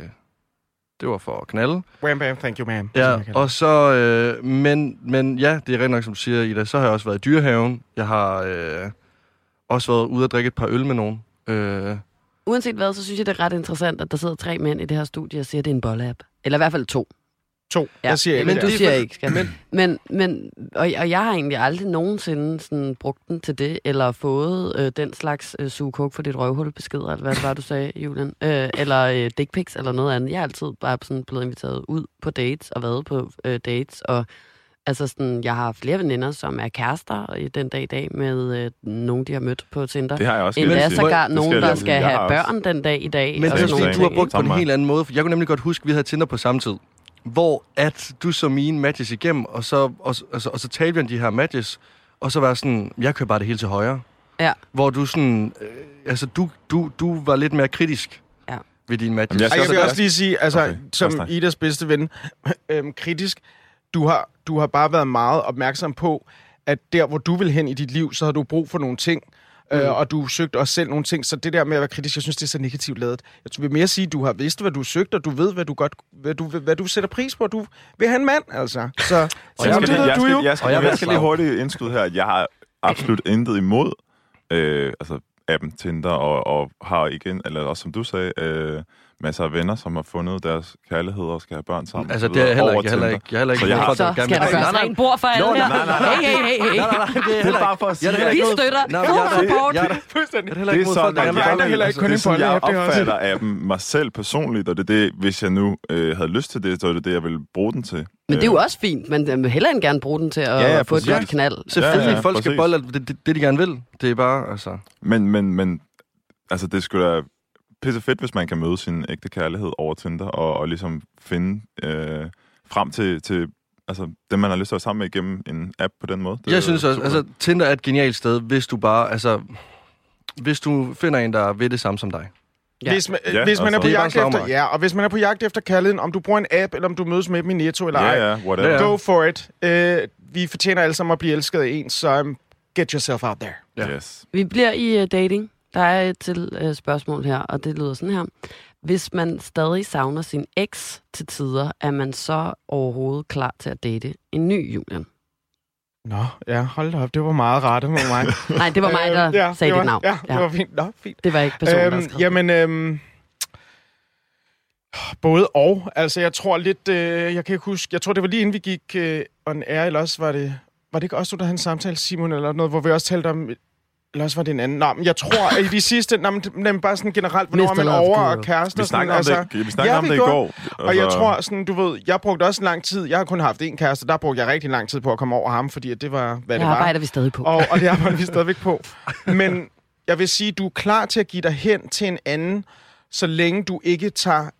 det var for at knalde. Wham bam, thank you ma'am. Ja, og så, øh, men, men ja, det er rigtig nok, som du siger, Ida, så har jeg også været i dyrehaven. Jeg har øh, også været ude at drikke et par øl med nogen. Øh, Uanset hvad, så synes jeg, det er ret interessant, at der sidder tre mænd i det her studie og siger, at det er en bolle-app. Eller i hvert fald to. To, Ja. jeg siger Men ikke du det. siger ikke, skal. men- Men, men og, og jeg har egentlig aldrig nogensinde sådan, brugt den til det, eller fået øh, den slags øh, suge coke for dit røvhul beskeder, eller hvad det var, du sagde, Julian. Øh, eller øh, dick pics, eller noget andet. Jeg er altid bare sådan blevet inviteret ud på dates, og været på øh, dates, og altså sådan, jeg har flere veninder, som er kærester i den dag i dag, med øh, nogen, de har mødt på Tinder. Det har jeg også. skal Endda jeg sige. sågar Det nogen, jeg der lige skal sige. Jeg have har også- børn den dag i dag. Men og det er sådan fordi, nogle du har ting, brugt ikke? på en Samme helt anden måde. For jeg kunne nemlig godt huske, at vi havde Tinder på samme tid. Hvor at du så mine matches igennem, og så, og, altså, og så talte vi om de her matches, og så var jeg sådan, jeg kører bare det hele til højre. Ja. Hvor du sådan, øh, altså du, du, du var lidt mere kritisk Ja. ved dine matches. Jamen, jeg Ej, jeg vil Så- også lige sige, altså, Okay, som godt, tak. Idas bedste ven, øhm, kritisk, du har, du har bare været meget opmærksom på, at der, hvor du vil hen i dit liv, så har du brug for nogle ting, mm. øh, og du søgte også selv nogle ting. Så det der med at være kritisk, jeg synes, det er så negativt lavet. Jeg vil mere sige, at du har vidst, hvad du søgte, og du ved, hvad du, godt, hvad du, hvad du sætter pris på. Du vil have en mand, altså. Så, så Jeg det skal, ved jeg, du skal, jo. jeg, skal, Og jeg jeg, vil jeg skal lige slag. hurtigt indskyde her, at jeg har absolut intet imod øh, altså appen Tinder, og, og har igen, eller også som du sagde, øh, masser af venner, som har fundet deres kærlighed og skal have børn sammen. Altså, og så det er videre heller over ikke, jeg er heller Tinder. ikke, jeg er heller ikke Så jeg imod har- folk, Så der gerne skal vil der have- gøres Nej, nej, rent bord for alle Nå, her. nej, nej, nej. Hey, hey, hey, hey. nej, nej, nej, det er Det heller er bare ikke. for at sige, Jeg er da at heller Vi ikke støtter. imod- Nej, men jeg er da- Support. jeg er da- Fuldstændig. jeg er heller Det ikke er imod folk, sådan, der at gerne vil jeg have er heller børn. ikke kun det en er sådan, jeg bolle-app, det er også- opfatter appen mig selv personligt, og det er det, hvis jeg nu øh, havde lyst til det, så er det det, jeg ville bruge den til. Men det er jo også fint, men jeg vil hellere end gerne bruge den til at Ja, ja, få et præcis. godt knald. Selvfølgelig, Ja, ja, folk skal præcis. bolle det, det, det, de gerne vil. Det er bare, altså... Men, men, men altså, det skulle da pisse fedt, hvis man kan møde sin ægte kærlighed over Tinder, og, og ligesom finde øh, frem til, til altså, dem, man har lyst til at være sammen med igennem en app på den måde. Det er Jeg synes også, super. altså, Tinder er et genialt sted, hvis du bare, altså... Hvis du finder en, der vil det samme som dig. Ja. Hvis man, Ja, hvis man er altså. på Det er bare jagt en efter, slagmark. ja, og hvis man er på jagt efter kærligheden, om du bruger en app, eller om du mødes med dem i Netto eller ej, Ja, ja, whatever. Ja, ja. go for it. Uh, vi fortjener alle sammen at blive elsket af en, så um, get yourself out there. Ja. Yes. Vi bliver i uh, dating. Der er et til uh, spørgsmål her, og det lyder sådan her. Hvis man stadig savner sin eks til tider, er man så overhovedet klar til at date en ny Julian? Nå, ja, hold da op, det var meget rette med mig. Nej, det var mig, der Øhm, ja, sagde det var, dit navn. Ja, det var fint. Nå, fint. Det var ikke personen, der Øhm, skrev. jamen, øhm, både og. Altså, jeg tror lidt, øh, jeg kan ikke huske, jeg tror, det var lige inden vi gik øh, on air, eller også var det, var det ikke også du, der havde en samtale, Simon, eller noget, hvor vi også talte om, eller også var det en anden. Nå, men jeg tror, at i de sidste, nå, men, men bare sådan generelt, hvornår er mister man Love over Guru. og kærester. Vi snakkede om sådan, det, vi snakkede ja, om vi det i gjorde. går. Og jeg Altså, tror, sådan, du ved, jeg brugte også lang tid, jeg har kun haft én kæreste, der brugte jeg rigtig lang tid på at komme over ham, fordi at det var, hvad Det det var. arbejder vi stadig på. Og, og det arbejder vi stadigvæk på. Men jeg vil sige, du er klar til at give dig hen til en anden, så længe du ikke tager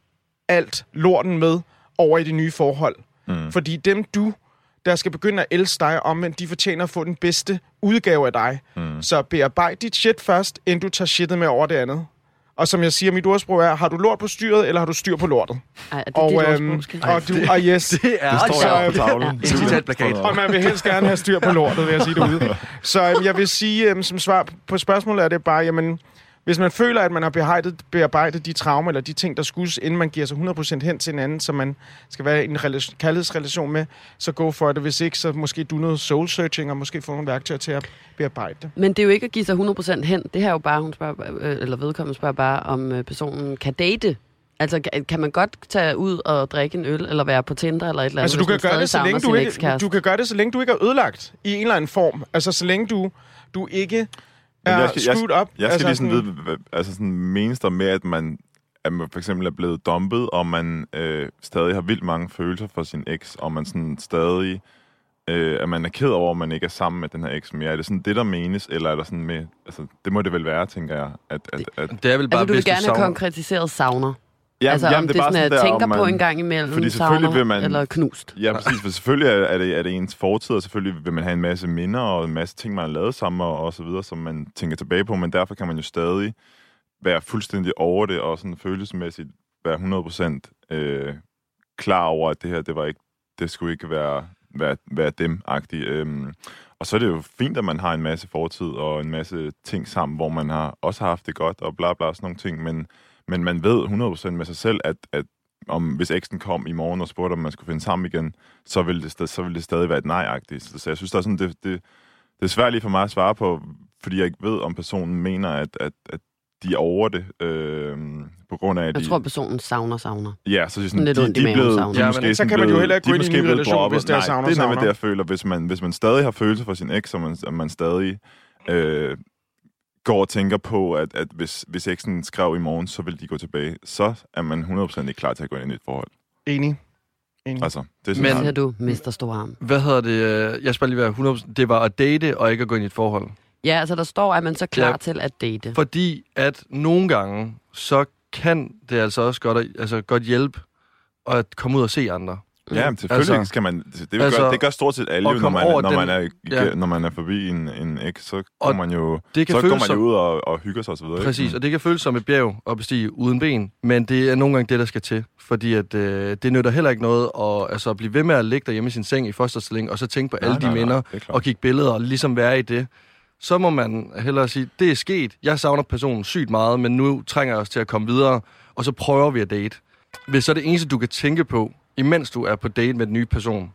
alt lorten med over i det nye forhold. Mm. Fordi dem, du, der skal begynde at elske dig, omvendt, de fortjener at få den bedste udgave af dig. Mm. Så bearbejd dit shit først, inden du tager shitet med over det andet. Og som jeg siger, mit ordsprog er, har du lort på styret, eller har du styr på lortet? Ej, er det og, dit øhm, ordsprog, måske? og du, og yes. Det er Det står så- der på tavlen. en citatplakat. Og man vil helst gerne have styr på lortet, vil jeg sige derude. Så øhm, jeg vil sige, øhm, som svar på spørgsmålet er det bare, jamen, hvis man føler, at man har bearbejdet, bearbejdet de traumer, eller de ting, der skuddes, inden man giver sig hundrede procent hen til en anden, som man skal være i en relation, kærlighedsrelation med, så gå for det. Hvis ikke, så måske du noget soul-searching, og måske få nogle værktøjer til at bearbejde det. Men det er jo ikke at give sig hundrede procent hen. Det her er jo bare, hun spørger, øh, eller vedkommende spørger bare, om øh, personen kan date. Altså, kan- kan man godt tage ud og drikke en øl, eller være på Tinder, eller et eller andet, Altså, du hvis kan, man gøre det, så stadig længe savner du, sin ikke, ekskæreste? du kan gøre det, så længe du ikke er ødelagt i en eller anden form. Altså, så længe du, du ikke Men er jeg skal- jeg- screwed up. Jeg skal altså, lige sådan vide, hvad- altså sådan menes der med, at man, at man for eksempel er blevet dumpet, og man øh, stadig har vildt mange følelser for sin eks, og man sådan stadig, øh, at man er ked over, at man ikke er sammen med den her eks mere. Er det sådan det, der menes, eller er der sådan med, altså det må det vel være, tænker jeg, at... at, at Det er vel bare, Altså, du vil hvis gerne have savner- konkretiseret savner. ja, Altså, om det, er bare sådan, at der, jeg tænker om på en gang imellem, fordi selvfølgelig savner, vil man- eller knust. Ja, præcis, for selvfølgelig er, er, det, er det ens fortid, og selvfølgelig vil man have en masse minder, og en masse ting, man har lavet sammen, og, og så videre, som man tænker tilbage på, men derfor kan man jo stadig være fuldstændig over det, og sådan følelsesmæssigt være hundrede procent øh, klar over, at det her, det var ikke, det skulle ikke være, være, være dem-agtigt. Øhm, og så er det jo fint, at man har en masse fortid, og en masse ting sammen, hvor man har også haft det godt, og bla bla, sådan nogle ting, men, men man ved hundrede procent med sig selv, at, at om hvis eksen kom i morgen og spurgte, om man skulle finde sammen igen, så ville det, så ville det stadig være et nej-agtigt. Så, så jeg synes, der er sådan, det, det, det er svært lige for mig at svare på, fordi jeg ikke ved, om personen mener, at, at, at de er over det, øh, på grund af, at Jeg de... tror, personen savner, savner. Ja, så Sådan sådan, lidt de, ondt i de er maven, blevet, savner. de er Ja, måske men så kan sådan man jo blevet- heller ikke de gå er ind i en måske ny blevet relation, droppet. hvis det er Nej, savner, det er nemlig savner. det, jeg føler. Hvis man, hvis man stadig har følelser for sin eks, og man, og man stadig øh, går og tænker på, at, at hvis, hvis eksen skrev i morgen, så vil de gå tilbage, så er man hundrede procent ikke klar til at gå ind i et forhold. Enig. Enig. Altså, det er Men- sådan, Så siger du, mister stor arm. Hvad hedder det? øh, Jeg skal bare lige være hundrede procent. Det var at date, og ikke at gå ind i et forhold. Ja, altså der står, at man så er klar Ja. til at date. Fordi at nogle gange, så kan det altså også godt, altså godt hjælpe at komme ud og se andre. ja, men selvfølgelig Altså- skal man... Det, det, altså, gør, det gør stort set alle, at jo, når komme man, over når, den- man er, ja. ja. når man er forbi en, en eks, så går Og man jo, det kan så går føles man som- jo ud og, og hygger sig osv. Præcis, og det kan føles som et bjerg at bestige uden ben, men det er nogle gange det, der skal til. Fordi at, øh, det nytter heller ikke noget at altså, blive ved med at ligge derhjemme i sin seng i fosterstilling, og så tænke på alle de minder, og kigge billeder, og ligesom være i det. Så må man hellere sige, det er sket, jeg savner personen sygt meget, men nu trænger jeg os til at komme videre, og så prøver vi at date. Hvis så er det eneste, du kan tænke på, imens du er på date med den nye person,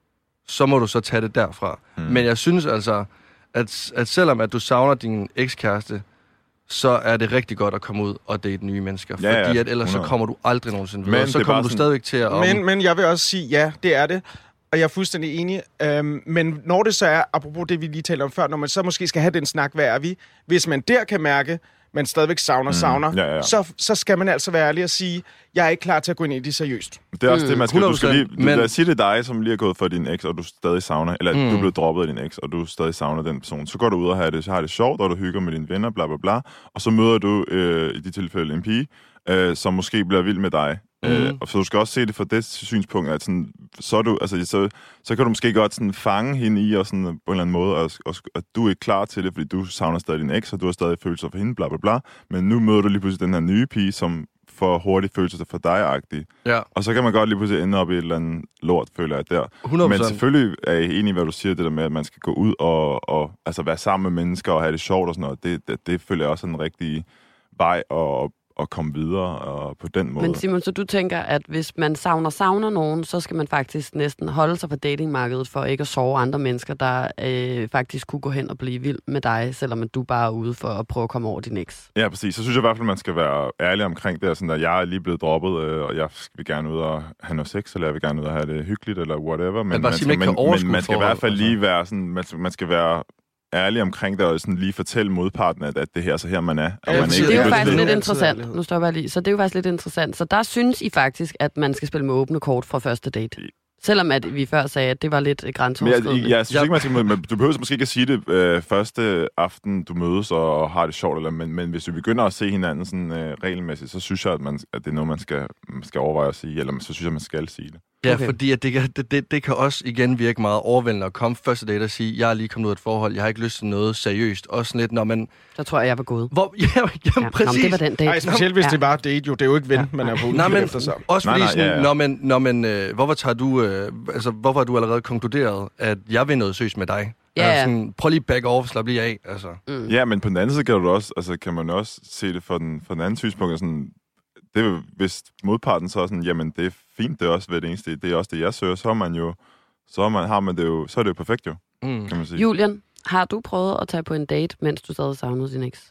så må du så tage det derfra. Mm. Men jeg synes altså, at, at selvom at du savner din ekskæreste, så er det rigtig godt at komme ud og date nye mennesker. Ja, ja, fordi at ellers så hundrede. kommer du aldrig nogensinde Men videre. det Så er kommer bare du sådan- stadigvæk til at... Om, Men, men jeg vil også sige, ja, det er det. Og jeg er fuldstændig enig. Øhm, men når det så er, apropos det, vi lige talte om før, når man så måske skal have den snak, hvad er vi? Hvis man der kan mærke, man stadigvæk savner, mm, savner, ja, ja. Så, så skal man altså være ærlig og sige, jeg er ikke klar til at gå ind i det seriøst. Det er også det, man skal, du skal lige... hundrede procent, Du, men- lad os sige, det er dig, som lige er gået for din eks, og du stadig savner... Eller Mm. du er blevet droppet af din eks, og du stadig savner den person. Så går du ud og har det, så har det sjovt, og du hygger med dine venner, bla bla bla. Og så møder du øh, i de tilfælde en pige, øh, som måske bliver vild med dig. Mm. Øh, og så du skal også se det fra det synspunkt, at sådan, så, er du, altså, så, så kan du måske godt sådan fange hende i, og sådan, på en eller anden måde, og, og, og du er ikke klar til det, fordi du savner stadig din eks, og du har stadig følelser for hende, bla bla bla. Men nu møder du lige pludselig den her nye pige, som får hurtigt følelser for dig-agtigt. Ja, Og så kan man godt lige pludselig ende op i et eller andet lort, føler jeg, der. hundrede Men procent. selvfølgelig er jeg enig i, hvad du siger, det der med, at man skal gå ud og, og altså være sammen med mennesker og have det sjovt og sådan noget. Det, det, det føler jeg også er den rigtige vej at, at komme videre og på den måde. Men Simon, så du tænker, at hvis man savner savner nogen, så skal man faktisk næsten holde sig på datingmarkedet for ikke at sove andre mennesker, der øh, faktisk kunne gå hen og blive vild med dig, selvom at du bare er ude for at prøve at komme over din eks. Ja, præcis. Så synes jeg i hvert fald, man skal være ærlig omkring det, og sådan, at jeg er lige blevet droppet, øh, og jeg vil gerne ud og have noget sex, eller jeg vil gerne ud og have det hyggeligt, eller whatever. Men, bare man sige, skal, man ikke kan men, men overskue man skal i hvert fald forholdet, lige være sådan, man skal, man skal være ærlig omkring det, og sådan lige fortælle modparten, at, at det her så her man er. Og Ja, man fordi Det er jo det er faktisk altid lidt ærlighed. interessant. Nu stopper jeg lige. Så det er jo faktisk lidt interessant. Så der synes I faktisk, at man skal spille med åbne kort fra første date. Selvom at vi før sagde, at det var lidt Men grænseoverskridende. jeg, jeg synes ikke, man skal, men du behøver måske ikke at sige det øh, første aften, du mødes og, og har det sjovt, eller, men, men hvis vi begynder at se hinanden sådan øh, regelmæssigt, så synes jeg, at, man, at det er noget, man skal, man skal overveje at sige, eller så synes jeg, man skal sige det. Ja, Okay. fordi at det, kan, det, det, det kan også igen virke meget overvældende at komme første date og sige, jeg er lige kommet ud af et forhold, jeg har ikke lyst til noget seriøst. Også sådan lidt, når man... Så tror jeg, jeg var gået. Hvor, ja, jamen, Ja. Nå, men præcis. det var den dag. Nej, specielt hvis Ja. det var date, jo. Det er jo ikke ven, Ja. man er på Nej, udkig men efter så. også Nej, fordi nej, sådan, ja, ja. når man, når man øh, hvorfor tager du, øh, altså hvorfor har du allerede konkluderet, at jeg vil noget søs med dig? Ja, Altså, ja. sådan, prøv lige back off, slap lige af, altså. Mm. Ja, men på den anden side kan, du også, altså, kan man også se det fra den, fra den anden synspunkt. Sådan, det er, hvis modparten så er sådan, jamen det er fint, det er også ved det eneste, det er også det, jeg søger, så er man jo, så er, man, har man det jo, så er det jo perfekt jo, Mm. kan man sige. Julian, har du prøvet at tage på en date, mens du stadig savnede din eks?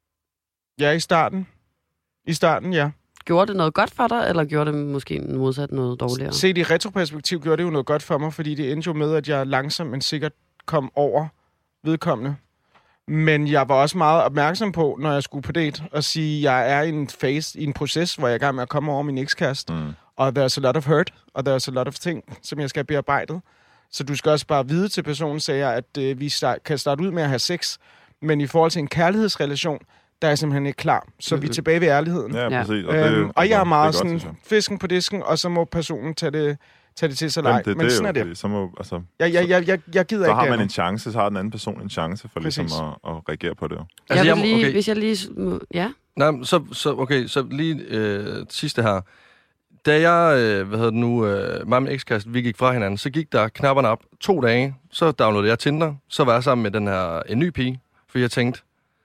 Ja, i starten. I starten, ja. Gjorde det noget godt for dig, eller gjorde det måske modsat noget dårligere? Set i retroperspektiv gjorde det jo noget godt for mig, fordi det endte jo med, at jeg langsomt, men sikkert kom over vedkommende. Men jeg var også meget opmærksom på, når jeg skulle på date, at sige, at jeg er i en phase, i en proces, hvor jeg er i gang med at komme over min ekskæreste. Mm. Og there's a lot of hurt, og there's a lot of ting, som jeg skal have bearbejdet. Så du skal også bare vide til personen, sagde jeg, at øh, vi start, kan starte ud med at have sex, men i forhold til en kærlighedsrelation, der er jeg simpelthen ikke klar. Så mm-hmm. vi er tilbage ved ærligheden. Ja, Ja. præcis. Og, øhm, og jeg er meget det er godt, sådan, fisken på disken, og så må personen tage det, tage det til sig leg. det, Men det sådan er jo, det. fordi Så, må, altså, Jeg, jeg, jeg, jeg, jeg gider så ikke har man andet. en chance, så har den anden person en chance for ligesom Præcis. at, at reagere på det jo. Jeg vil jeg må- lige, okay. hvis jeg lige... må- Ja? Nej, men så, så, okay, så lige øh, sidste her. Da jeg, øh, hvad hedder det nu, øh, mig og min ekskæreste, vi gik fra hinanden, så gik der knapperne op to dage, så downloadede jeg Tinder, så var jeg sammen med den her en ny pige, for jeg tænkte,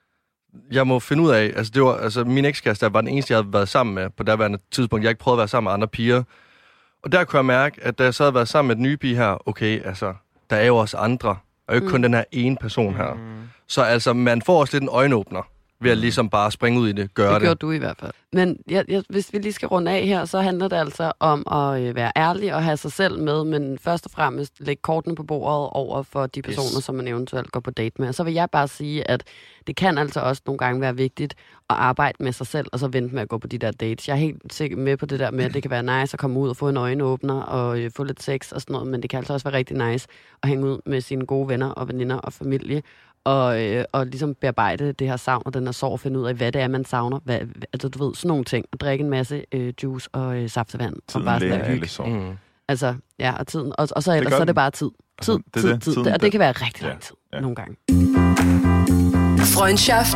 jeg må finde ud af, altså det var, altså min ekskæreste var den eneste, jeg havde været sammen med på daværende tidspunkt. Jeg har ikke prøvet at være sammen med andre piger. Og der kunne jeg mærke, at da jeg så havde været sammen med den nye pige her, okay, altså, der er jo også andre, og ikke Mm. kun den her ene person her. Mm. Så altså, man får også lidt en øjenåbner, ved at ligesom bare springe ud i det, gøre Det det. gjorde du i hvert fald. Men jeg, jeg, hvis vi lige skal runde af her, så handler det altså om at øh, være ærlig og have sig selv med, men først og fremmest lægge kortene på bordet over for de personer, Yes. som man eventuelt går på date med. Og så vil jeg bare sige, at det kan altså også nogle gange være vigtigt at arbejde med sig selv, og så vente med at gå på de der dates. Jeg er helt sikker med på det der med, at det kan være nice at komme ud og få en øjenåbner og øh, få lidt sex og sådan noget, men det kan altså også være rigtig nice at hænge ud med sine gode venner og veninder og familie, og, øh, og ligesom bearbejde det her savn og den her sorg, finde ud af, hvad det er, man savner. Hvad, altså, du ved, sådan nogle ting. At drikke en masse øh, juice og øh, saftevand. Og Tiden bare sådan læger at hygge. alle sorg. Mm. Altså, ja, og tiden. Og, og så ellers, gør så er det den. bare tid. Tid, Altså, det er tid, det. tid. Tiden, Og det den- kan være rigtig lang Ja, tid, ja. nogle gange. Freundschaft.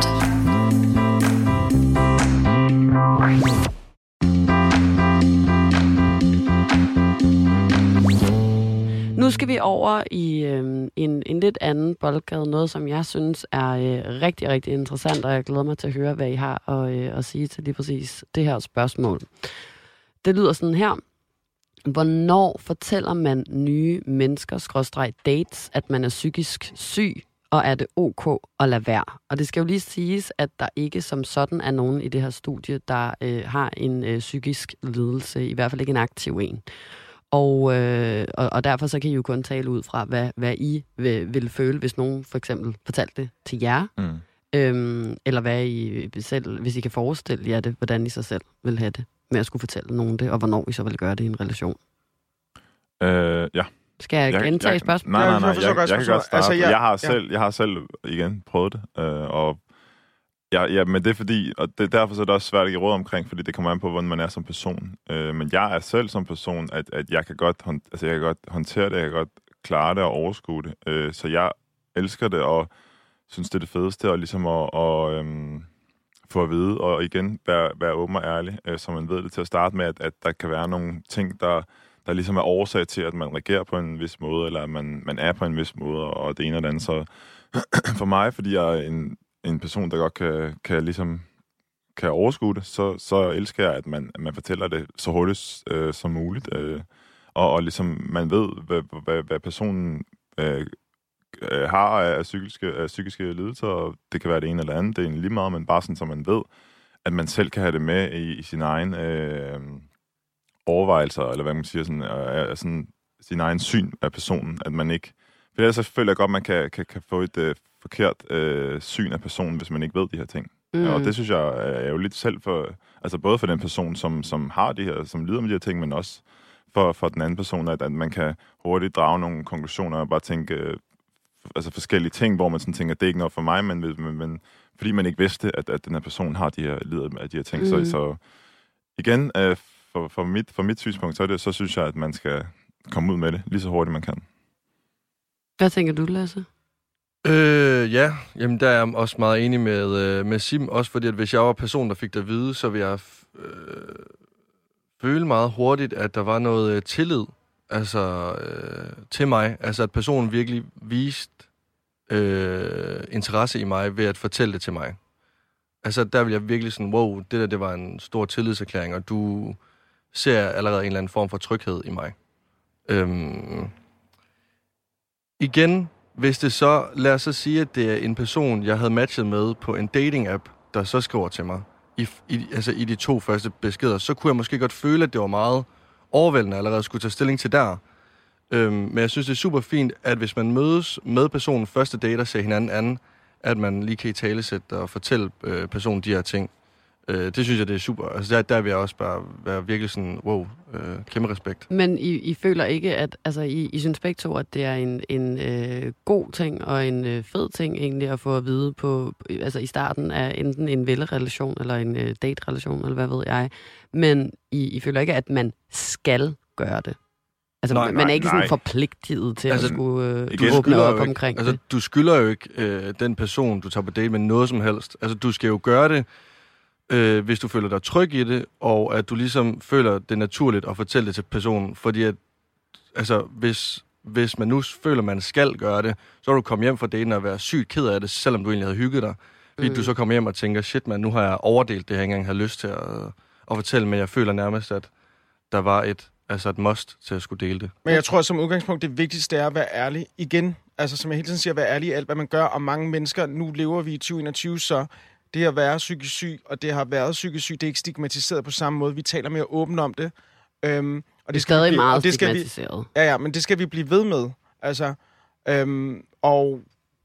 Nu skal vi over i øh, en, en lidt anden boldgade, noget som jeg synes er øh, rigtig, rigtig interessant, og jeg glæder mig til at høre, hvad I har at, øh, at sige til lige præcis det her spørgsmål. Det lyder sådan her. Hvornår fortæller man nye mennesker, skråstreg dates, at man er psykisk syg, og er det ok at lade være? Og det skal jo lige siges, at der ikke som sådan er nogen i det her studie, der øh, har en øh, psykisk lidelse, i hvert fald ikke en aktiv en. Og, øh, og, og derfor så kan I jo kun tale ud fra, hvad, hvad I vil, vil føle, hvis nogen for eksempel fortalte det til jer. Mm. Øhm, eller hvad I selv, hvis I kan forestille jer det, hvordan I så selv vil have det med at skulle fortælle nogen det, og hvornår I så vil gøre det i en relation. Øh, ja. Skal jeg, jeg gentage spørgsmålet? Nej, nej, Jeg nej. forstår Jeg, godt jeg kan godt spørgsmålet. starte. Altså, Altså, jeg- jeg, har ja. selv, jeg har selv igen prøvet det, øh, og ja, ja, men det er fordi, og det, derfor så er det også svært at give råd omkring, fordi det kommer an på, hvordan man er som person. Øh, men jeg er selv som person, at, at jeg kan godt, hånd, altså, jeg kan godt håndtere det, jeg kan godt klare det og overskue det. Øh, så jeg elsker det, og synes, det er det fedeste, og ligesom at, og, øhm, få at vide, og igen være, være åben og ærlig, øh, så man ved det til at starte med, at, at der kan være nogle ting, der, der ligesom er årsag til, at man reagerer på en vis måde, eller at man, man er på en vis måde, og det ene og det andet. Så for mig, fordi jeg er en, en person, der godt kan, kan ligesom kan overskue det, så, så elsker jeg, at man, at man fortæller det så hurtigt øh, som muligt, øh, og, og ligesom man ved, hvad, hvad, hvad personen øh, har af psykiske, af psykiske lidelser, og det kan være det ene eller andet, det er egentlig lige meget, men bare sådan, så man ved, at man selv kan have det med i, i sin egen øh, overvejelser, eller hvad man siger, sådan, øh, sådan, sin egen syn af personen, at man ikke... For ellers så føler jeg godt, at man kan, kan, kan få et øh, forkert øh, syn af personen, hvis man ikke ved de her ting. Mm. Mm. Og det synes jeg er jo lidt selv for... Altså både for den person, som, som har de her, som lider med de her ting, men også for, for den anden person, at, at man kan hurtigt drage nogle konklusioner og bare tænke øh, altså forskellige ting, hvor man sådan tænker, at det er ikke noget for mig, men, men, men fordi man ikke vidste, at, at den her person har de her, lider af de her ting. Mm. Så, så igen, øh, for, for, mit, for mit synspunkt, så, er det, så synes jeg, at man skal komme ud med det lige så hurtigt, man kan. Hvad tænker du, Lasse? Øh, ja, jamen der er jeg også meget enig med, øh, med Sim, også fordi, at hvis jeg var person, der fik det at vide, så ville jeg øh, føle meget hurtigt, at der var noget øh, tillid altså, øh, til mig. Altså, at personen virkelig viste øh, interesse i mig ved at fortælle det til mig. Altså, der ville jeg virkelig sådan, wow, det der, det var en stor tillidserklæring, og du ser allerede en eller anden form for tryghed i mig. Øhm, igen, hvis det så, lad os så sige, at det er en person, jeg havde matchet med på en dating-app, der så skriver til mig, i, i, altså i de to første beskeder, så kunne jeg måske godt føle, at det var meget overvældende, allerede skulle tage stilling til der. Øhm, men jeg synes, det er super fint, at hvis man mødes med personen første date og ser hinanden anden, at man lige kan i talesætte og fortælle øh, personen de her ting. Øh, det synes jeg, det er super. Altså der, der vil jeg også bare være virkelig sådan, wow, øh, kæmpe respekt. Men I, I føler ikke, at altså, I, I synes begge to, at det er en, en øh, god ting og en øh, fed ting egentlig at få at vide på, altså i starten af enten en velrelation eller en øh, date-relation, eller hvad ved jeg. Men I, I føler ikke, at man skal gøre det. Altså, nej, man nej, er ikke nej. sådan forpligtet til altså, at skulle øh, åbne op ikke, omkring altså, det. Du skylder jo ikke øh, den person, du tager på date med noget som helst. Altså, du skal jo gøre det, øh, hvis du føler dig tryg i det, og at du ligesom føler det naturligt at fortælle det til personen. Fordi at, altså, hvis, hvis man nu føler, man skal gøre det, så vil du komme hjem fra daten og være sygt ked af det, selvom du egentlig havde hygget dig. Fordi mm. du så kommer hjem og tænker, shit man, nu har jeg overdelt det, jeg ikke engang havde lyst til at, at fortælle, men jeg føler nærmest, at der var et Altså et must til at skulle dele det. Men jeg tror som udgangspunkt, det vigtigste er at være ærlig. Igen, altså som jeg hele tiden siger, at være ærlig i alt, hvad man gør. Og mange mennesker, nu lever vi i tyve enogtyve, så det at være psykisk syg, og det har været psykisk syg, det er ikke stigmatiseret på samme måde. Vi taler mere åbent om det. Øhm, og det, det er stadig vi, meget og det skal stigmatiseret. Vi, ja, ja, men det skal vi blive ved med. Altså, øhm, og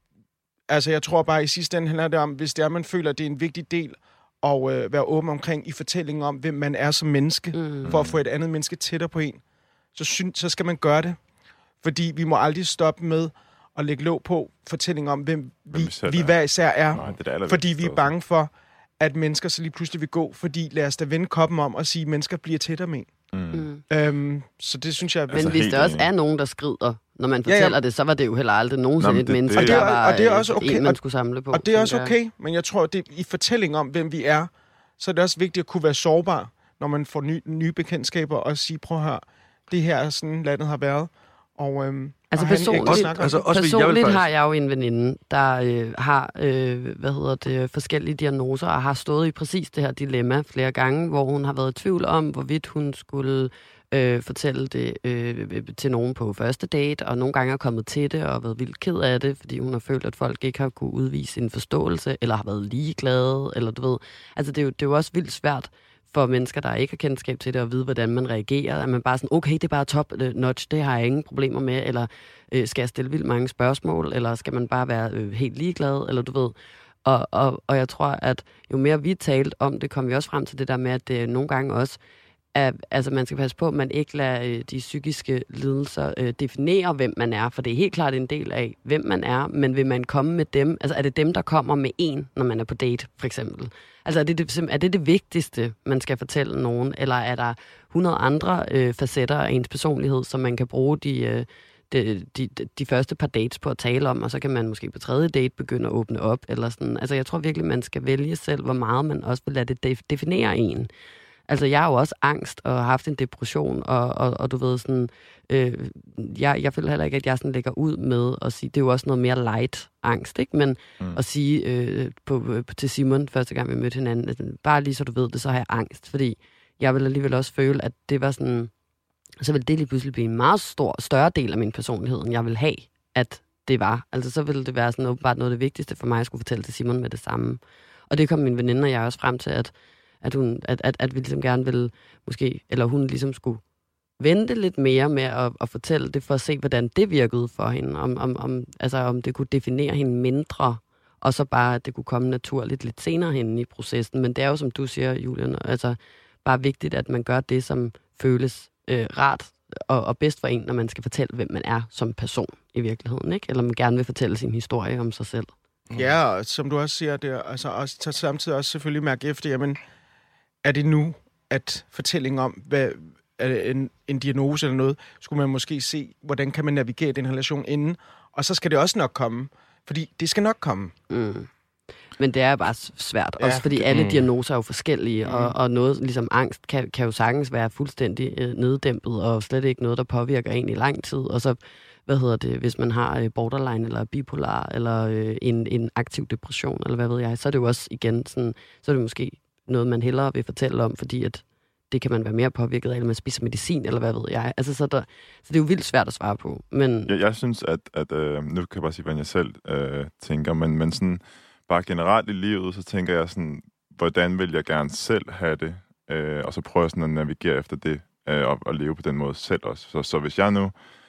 altså, jeg tror bare, i sidste ende handler det om, hvis det er, man føler, at det er en vigtig del, og øh, være åben omkring i fortællingen om, hvem man er som menneske, mm. for at få et andet menneske tættere på en, så, synes, så skal man gøre det. Fordi vi må aldrig stoppe med at lægge låg på fortællingen om, hvem, hvem vi, vi hver især er. Nej, det er fordi vi er bange for, at mennesker så lige pludselig vil gå. Fordi lad os da vende koppen om og sige, at mennesker bliver tættere med en. Mm. Øhm, så det synes jeg... Men altså, hvis der også er nogen, der skrider, når man fortæller ja, ja. det, så var det jo heller aldrig nogensinde et menneske, det, der var og det er også okay, en, man skulle samle på. Og det er også okay, men jeg tror, at det, i fortællingen om, hvem vi er, så er det også vigtigt at kunne være sårbar, når man får ny, nye bekendtskaber, og sige, prøv at høre, det her er sådan, landet har været. Og, øhm, altså og personligt, også, altså, også personligt jeg faktisk... har jeg jo en veninde, der øh, har øh, hvad hedder det, forskellige diagnoser, og har stået i præcis det her dilemma flere gange, hvor hun har været i tvivl om, hvorvidt hun skulle øh, fortælle det øh, til nogen på første date, og nogle gange er kommet til det, og været vildt ked af det, fordi hun har følt, at folk ikke har kunne udvise en forståelse, eller har været ligeglade, eller du ved. Altså det er jo, det er jo også vildt svært for mennesker, der ikke har kendskab til det, og vide, hvordan man reagerer. At man bare sådan, okay, det er bare top notch, det har jeg ingen problemer med, eller øh, skal jeg stille vildt mange spørgsmål, eller skal man bare være øh, helt ligeglad, eller du ved. Og, og, og jeg tror, at jo mere vi talte om det, kom vi også frem til det der med, at det nogle gange også er, altså man skal passe på, at man ikke lader øh, de psykiske lidelser øh, definere, hvem man er, for det er helt klart en del af, hvem man er, men vil man komme med dem, altså er det dem, der kommer med en, når man er på date, for eksempel? Altså er det det, er det, det vigtigste, man skal fortælle nogen, eller er der hundrede andre øh, facetter af ens personlighed, som man kan bruge de, øh, de, de, de første par dates på at tale om, og så kan man måske på tredje date begynde at åbne op, eller sådan. Altså jeg tror virkelig, man skal vælge selv, hvor meget man også vil lade det definere en. Altså, jeg har jo også angst og har haft en depression, og, og, og du ved sådan, øh, jeg, jeg føler heller ikke, at jeg sådan lægger ud med at sige, det er jo også noget mere light angst, ikke? Men mm. at sige øh, på, på, til Simon, første gang vi mødte hinanden, at bare lige så du ved det, så har jeg angst, fordi jeg vil alligevel også føle, at det var sådan, så ville det lige pludselig blive en meget stor, større del af min personlighed, end jeg vil have, at det var. Altså, så ville det være sådan åbenbart noget af det vigtigste for mig, at skulle fortælle til Simon med det samme. Og det kom min veninde og jeg også frem til, at At, hun, at, at, at vi ligesom gerne ville, måske, eller hun ligesom skulle vente lidt mere med at, at fortælle det, for at se, hvordan det virkede for hende. Om, om, om, altså, om det kunne definere hende mindre, og så bare, at det kunne komme naturligt lidt senere hen i processen. Men det er jo, som du siger, Julian, altså bare vigtigt, at man gør det, som føles øh, rart og, og bedst for en, når man skal fortælle, hvem man er som person i virkeligheden, ikke? Eller man gerne vil fortælle sin historie om sig selv. Ja, og som du også siger, det er, altså også, tager samtidig også selvfølgelig mærke efter, jamen, er det nu, at fortællingen om, hvad er en, en diagnose eller noget, skulle man måske se, hvordan kan man navigere den relation inden, og så skal det også nok komme, fordi det skal nok komme. Mm. Men det er bare svært, Ja, også fordi det- alle mm. diagnoser er jo forskellige, Mm. og, og noget ligesom angst kan, kan jo sagtens være fuldstændig øh, neddæmpet, og slet ikke noget, der påvirker en i lang tid. Og så, hvad hedder det, hvis man har øh, borderline, eller bipolar, eller øh, en, en aktiv depression, eller hvad ved jeg, så er det jo også igen sådan, så er det måske noget, man hellere vil fortælle om, fordi at det kan man være mere påvirket af, eller man spiser medicin, eller hvad ved jeg. Altså, så, der, så det er jo vildt svært at svare på. Men Jeg, jeg synes, at, at øh, nu kan jeg bare sige, hvad jeg selv øh, tænker, men, men sådan, bare generelt i livet, så tænker jeg sådan, hvordan vil jeg gerne selv have det, øh, og så prøver jeg sådan at navigere efter det, øh, og, og leve på den måde selv også. Så, så hvis jeg nu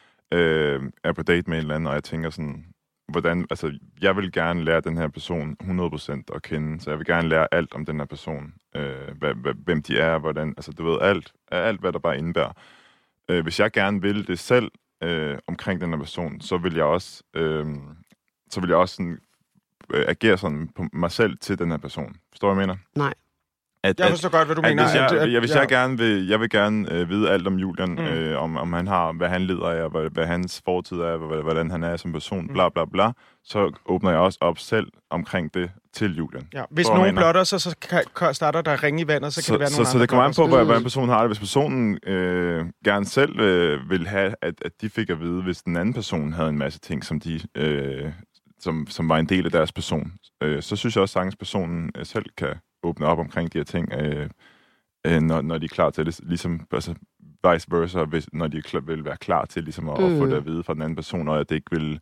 øh, er på date med en eller anden, og jeg tænker sådan, hvordan, altså, jeg vil gerne lære den her person hundrede procent at kende, så jeg vil gerne lære alt om den her person, øh, hvad, hvad, hvem de er, hvordan, altså du ved, alt, alt hvad der bare indebærer. Øh, hvis jeg gerne vil det selv øh, omkring den her person, så vil jeg også, øh, så vil jeg også sådan, øh, agere sådan på mig selv til den her person. Forstår du, hvad jeg mener? Nej. At, Jeg at, forstår godt, hvad du at mener. hvis jeg, at, at, jeg, hvis ja. jeg gerne vil, jeg vil gerne øh, vide alt om Julian, Mm. øh, om, om han har, hvad han lider af, og hvad, hvad hans fortid er, hvad, hvordan han er som person, bla bla bla, så åbner jeg også op selv omkring det til Julian. Ja. Hvis Hvor nogen mener. blotter sig, så kan, kan, starter der ringe i vandet, så kan Så, det være så, nogle så andre det kommer an på, blotter sig. hvad, hvad en person har det. Hvis personen øh, gerne selv øh, vil have, at, at de fik at vide, hvis den anden person havde en masse ting, som de øh, som, som var en del af deres person, øh, så synes jeg også, at personen øh, selv kan åbne op omkring de her ting, øh, øh, når, når de er klar til det. Ligesom altså, vice versa, hvis, når de klar, vil være klar til ligesom, at, mm. at få det at vide fra den anden person, og at det ikke vil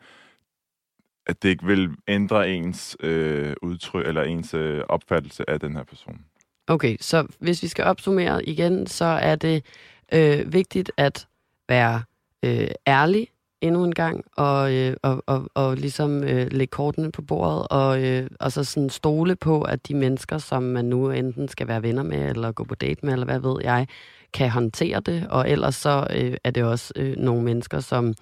at det ikke vil ændre ens øh, udtryk eller ens øh, opfattelse af den her person. okay, så hvis vi skal opsummere igen, så er det øh, vigtigt at være øh, ærlig endnu en gang, og, øh, og, og, og ligesom øh, lægge kortene på bordet, og, øh, og så sådan stole på, at de mennesker, som man nu enten skal være venner med, eller gå på date med, eller hvad ved jeg, kan håndtere det, og ellers så øh, er det også øh, nogle mennesker, som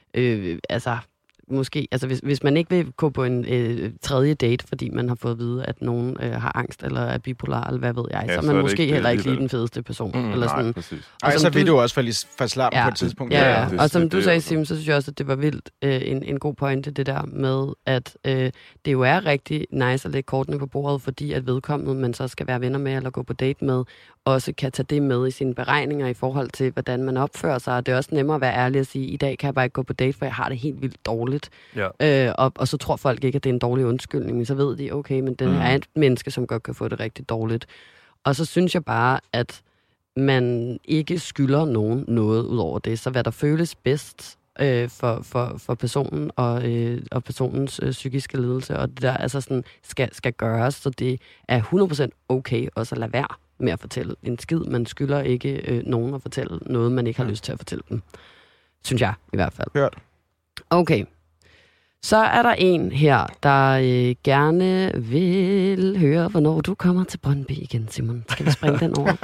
øh, altså måske, altså hvis, hvis man ikke vil gå på en øh, tredje date, fordi man har fået at vide, at nogen øh, har angst eller er bipolar, eller hvad ved jeg, Ja, så er så man er det måske ikke det heller ikke lige alligevel. den fedeste person. Mm, eller sådan. Nej, præcis. Ej, Og så som vil du- du også falde i- falde slam Ja. på et tidspunkt. Ja, Ja, ja. det- Og som det- du det er sagde, jo- Sim, så synes jeg også, at det var vildt øh, en, en god pointe, det der med, at øh, det jo er rigtig nice at lægge kortene på bordet, fordi at vedkommende, man så skal være venner med eller gå på date med, også kan tage det med i sine beregninger i forhold til, hvordan man opfører sig. Og det er også nemmere at være ærlig og sige, i dag kan jeg bare ikke gå på date, for jeg har det helt vildt dårligt. Ja. Øh, og, og så tror folk ikke, at det er en dårlig undskyldning, men så ved de, okay, men den Mm. er et menneske, som godt kan få det rigtig dårligt. Og så synes jeg bare, at man ikke skylder nogen noget ud over det. Så hvad der føles bedst øh, for, for, for personen og, øh, og personens øh, psykiske lidelse, og det der altså sådan, skal, skal gøres, så det er hundrede procent okay også at lade være med at fortælle en skid. Man skylder ikke øh, nogen at fortælle noget, man ikke har lyst til at fortælle dem. Synes jeg i hvert fald. Hørt. Okay. Så er der en her, der øh, gerne vil høre, hvornår du kommer til Brøndby igen, Simon. Skal vi springe den over?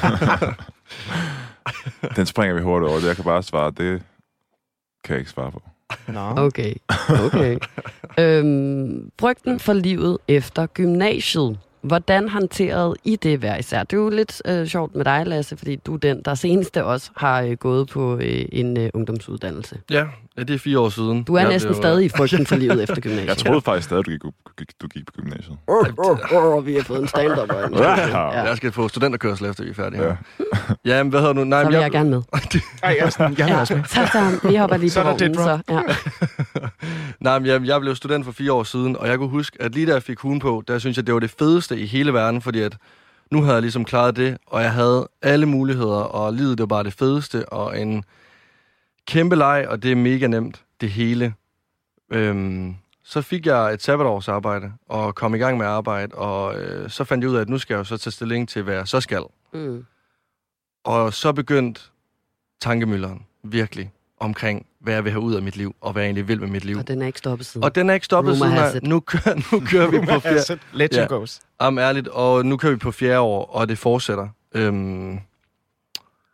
Den springer vi hurtigt over. Det jeg kan bare svare, det kan jeg ikke svare på. Nå. Okay, okay. øhm, frygten for livet efter gymnasiet. Hvordan håndterede I det hver især? Det er jo lidt øh, sjovt med dig, Lasse, fordi du er den, der seneste også har øh, gået på øh, en øh, ungdomsuddannelse. Ja, ja, det er fire år siden. Du er Jeg næsten blev, stadig i frygten for livet efter gymnasiet. Jeg troede faktisk stadig, du gik, gik, du gik på gymnasiet. Uh, uh, uh, vi har fået en stand-up. Ja. Ja. Jeg skal få studenterkørsel efter, vi er færdige. Ja. Ja, ja men hvad hedder du? Nej, Så men vil jeg gerne med. Ej, jeg er, sådan, jeg er Ja, også med. så, så, vi hopper lige Så på er der vognen. Så, ja. Nej, men jeg, jeg blev student for fire år siden, og jeg kunne huske, at lige da jeg fik hugen på, der synes jeg, det var det fedeste i hele verden, fordi at nu havde jeg ligesom klaret det, og jeg havde alle muligheder, og livet det var bare det fedeste, og en kæmpe leg, og det er mega nemt, det hele. Øhm, så fik jeg et sabbatårsarbejde, og kom i gang med at arbejde, og øh, så fandt jeg ud af, at nu skal jeg jo så tage stilling til, hvad jeg så skal. Mm. Og så begyndte tankemølleren virkelig omkring, hvad jeg vil have ud af mit liv, og hvad jeg egentlig vil med mit liv. Og den er ikke stoppet siden. Og den er ikke stoppet Rumor siden has af. it. Nu kører, nu kører vi på fjerde... Let you Ja. goes. Jamen ærligt, og nu kører vi på fjerde år, og det fortsætter. Øhm,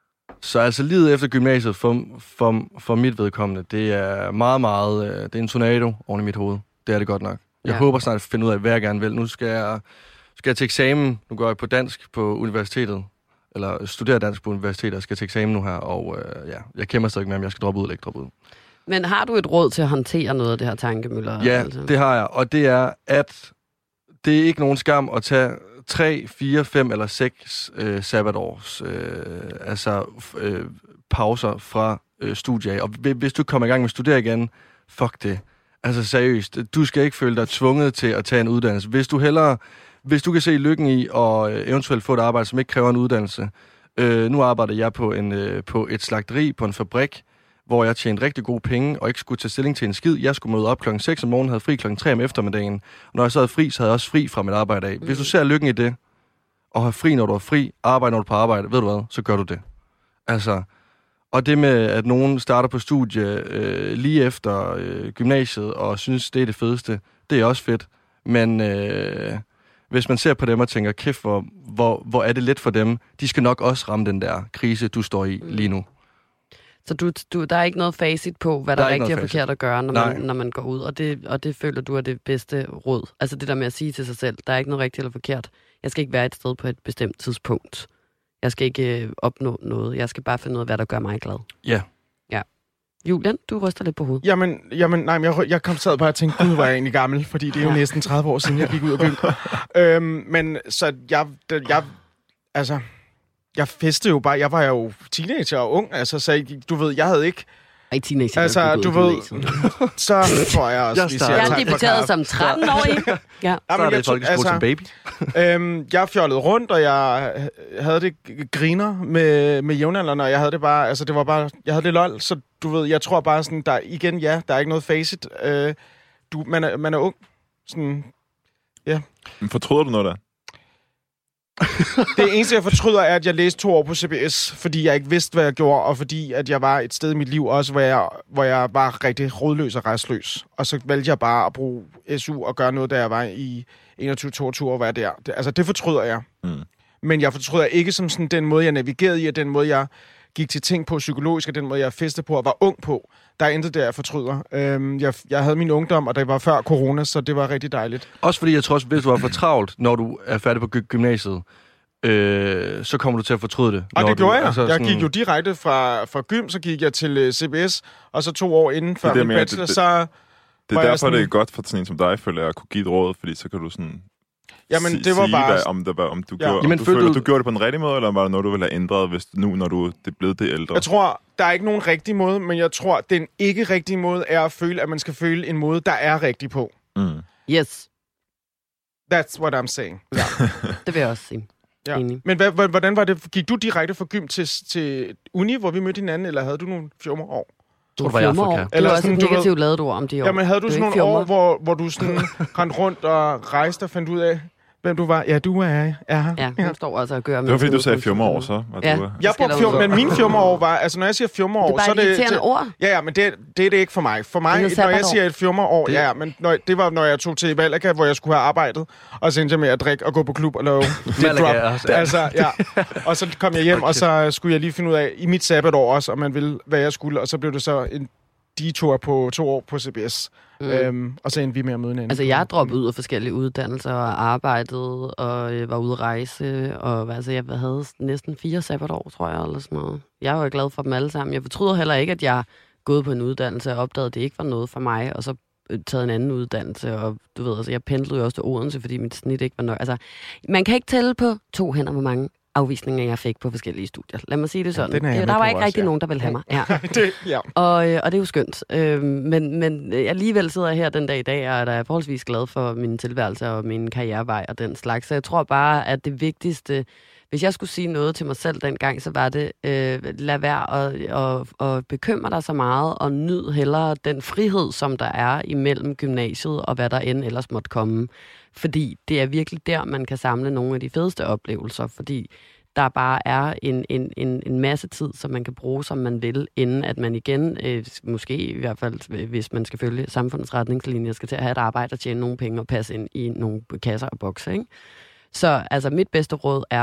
Så altså livet efter gymnasiet for, for, for mit vedkommende, det er meget, meget... Øh, det er en tornado oven i mit hoved. Det er det godt nok. Jeg Ja. håber snart at finde ud af, hvad jeg gerne vil. Nu skal jeg, skal jeg til eksamen. Nu går jeg på dansk på universitetet. Eller studerer dansk på universitetet og skal til eksamen nu her. Og øh, ja, jeg kæmper stadig med, om jeg skal droppe ud eller ikke droppe ud. Men har du et råd til at håndtere noget af det her tankemøller? Ja, altså? det har jeg. Og det er, at det er ikke nogen skam at tage tre, fire, fem eller seks øh, sabbatårs øh, altså, øh, pauser fra øh, studiet af. Og hvis du kommer i gang med at studere igen, fuck det. Altså seriøst, du skal ikke føle dig tvunget til at tage en uddannelse. Hvis du hellere, hvis du kan se lykken i og øh, eventuelt få et arbejde, som ikke kræver en uddannelse. Øh, nu arbejder jeg på, en, øh, på et slagteri, på en fabrik, hvor jeg tjente rigtig gode penge, og ikke skulle tage stilling til en skid. Jeg skulle møde op klokken seks om morgenen, havde fri klokken tre om eftermiddagen. Og når jeg så havde fri, så havde jeg også fri fra mit arbejde af. Hvis du ser lykken i det, og har fri, når du er fri, arbejde, når du er på arbejde, ved du hvad, så gør du det. Altså, og det med, at nogen starter på studie øh, lige efter øh, gymnasiet, og synes, det er det fedeste, det er også fedt. Men øh, hvis man ser på dem og tænker, kæft, hvor, hvor, hvor er det let for dem, de skal nok også ramme den der krise, du står i lige nu. Så du, du, der er ikke noget facit på, hvad der, Der er er ikke rigtigt og noget forkert at gøre, når man, Nej. når man går ud, og det, og det føler du er det bedste råd. Altså det der med at sige til sig selv, der er ikke noget rigtigt eller forkert. Jeg skal ikke være et sted på et bestemt tidspunkt. Jeg skal ikke øh, opnå noget. Jeg skal bare finde ud af, hvad der gør mig glad. Ja. Ja. Julian, du ryster lidt på hovedet. Jamen, jamen nej, men jeg, jeg kom sad bare og tænkte, gud, var jeg egentlig gammel, fordi det er jo Ja. næsten tredive år siden, jeg gik ud og gym. øhm, men så jeg, det- jeg, altså, jeg festede jo bare, jeg var jo teenager og ung, altså, så jeg, du ved, jeg havde ikke, Ej, teenager. altså, er du gået i ved, gymnasiet. så tror jeg også, Jeg vi starter. siger Jeg tak er for debuteret kaffe. som tretten-årig. Ja. Så Jamen, er det jeg i folkeskole tror- som baby. øhm, jeg fjollede rundt, og jeg havde det g- griner med, med jævnaldrende, og jeg havde det bare, altså det var bare, jeg havde det lol, så du ved, jeg tror bare sådan, der igen, ja, der er ikke noget facit. Øh, du, man, er, man er ung, sådan, Men fortryder du noget der? det eneste, jeg fortryder, er, at jeg læste to år på C B S, fordi jeg ikke vidste, hvad jeg gjorde, og fordi at jeg var et sted i mit liv også, hvor jeg, hvor jeg var rigtig rådløs og restløs. Og så valgte jeg bare at bruge S U og gøre noget, da jeg var i enogtyve toogtyve år, var jeg der. Det, altså, det fortryder jeg. Mm. Men jeg fortryder ikke som sådan den måde, jeg navigerede i, og den måde, jeg gik til ting på psykologisk, og den måde, jeg festede på og var ung på. Der er intet der, jeg fortryder. Øhm, jeg, jeg havde min ungdom, og det var før corona, så det var rigtig dejligt. Også fordi jeg tror også, hvis du er for travlt, når du er færdig på gy- gymnasiet, øh, så kommer du til at fortryde det. Og når det du, gjorde jeg. altså, Jeg sådan- gik jo direkte fra, fra gym, så gik jeg til uh, C B S, og så to år inden før Det der min med, at bachelor, det- så... Det Var er jeg derfor, sådan- det er godt for sådan en som dig, føler jeg, at kunne give et råd, fordi så kan du sådan... Jamen, si- det var sige, bare... hvad, om, det var, om du, Ja. gjorde, om Jamen, du følte føler, du- du gjorde det på en rigtig måde, eller var det noget, du ville have ændret, hvis nu, når du det er blevet det ældre? Jeg tror, der er ikke nogen rigtig måde, men jeg tror, den ikke rigtige måde er at føle, at man skal føle en måde, der er rigtig på. Mm. Yes, That's what I'm saying. Ja. det vil jeg også sige. Ja. Enig. Men hvad, hvad- hvordan var det? Gik du direkte fra gym til, til uni, hvor vi mødte hinanden, eller havde du nogle fjummerår? tror, det var i Fjumreår. Afrika. Det Eller var også sådan, et du ved- negativt ladet ord om de år. Jamen, havde du Det er sådan ikke nogle år, fjummer. hvor, hvor du sådan rendte rundt og rejste og fandt ud af, hvem du var? Ja, du er, er her. Ja, hun står altså og gør Det var fordi, du sagde fjummerår, så. Var Ja. du, Jeg skal brugte der fjum, ud. men mine fjummerår var... Altså, når jeg siger fjummerår, Det er så bare er et det... irriterende ord. Ja, ja, men det, det er det ikke for mig. For mig, Det er når sabbatår. jeg siger et fjummerår, Det- ja, ja, men når, det var, når jeg tog til Malaga, hvor jeg skulle have arbejdet, og så endte jeg med at drikke og gå på klub og lave Malaga drop. er også- ja. Altså, ja. Og så kom jeg hjem, og så skulle jeg lige finde ud af, i mit sabbatår også, om man ville, hvad jeg skulle, og så blev det så en detour på to år på C B S. Mm. Øhm, og så endte vi med at møde hinanden. Altså, jeg er droppet ud af forskellige uddannelser og arbejdet og øh, var ude at rejse. Og altså, jeg havde næsten fire sabbatår, tror jeg, eller sådan noget. Jeg var glad for dem alle sammen. Jeg fortryder heller ikke, at jeg er gået på en uddannelse og opdagede, at det ikke var noget for mig. Og så øh, taget en anden uddannelse. Og du ved, altså, jeg pendlede jo også til Odense, fordi mit snit ikke var nok. Altså, man kan ikke tælle på to hænder, hvor mange afvisninger, jeg fik på forskellige studier. Lad mig sige det sådan. den er jeg Ja, med der var på ikke også, rigtig ja. nogen, der ville have mig. Ja. det, ja. Og, øh, og det er jo skønt. Øh, men, men alligevel sidder jeg her den dag i dag, og er da forholdsvis glad for min tilværelse og min karrierevej og den slags. Så jeg tror bare, at det vigtigste, hvis jeg skulle sige noget til mig selv dengang, så var det, øh, lad være at, at, at bekymre dig så meget, og nyd hellere den frihed, som der er imellem gymnasiet og hvad der end ellers måtte komme. Fordi det er virkelig der, man kan samle nogle af de fedeste oplevelser, fordi der bare er en, en, en, en masse tid, som man kan bruge, som man vil, inden at man igen, øh, måske i hvert fald, hvis man skal følge samfundets retningslinjer, skal til at have et arbejde og tjene nogle penge og passe ind i nogle kasser og bokse, ikke? Så altså, mit bedste råd er,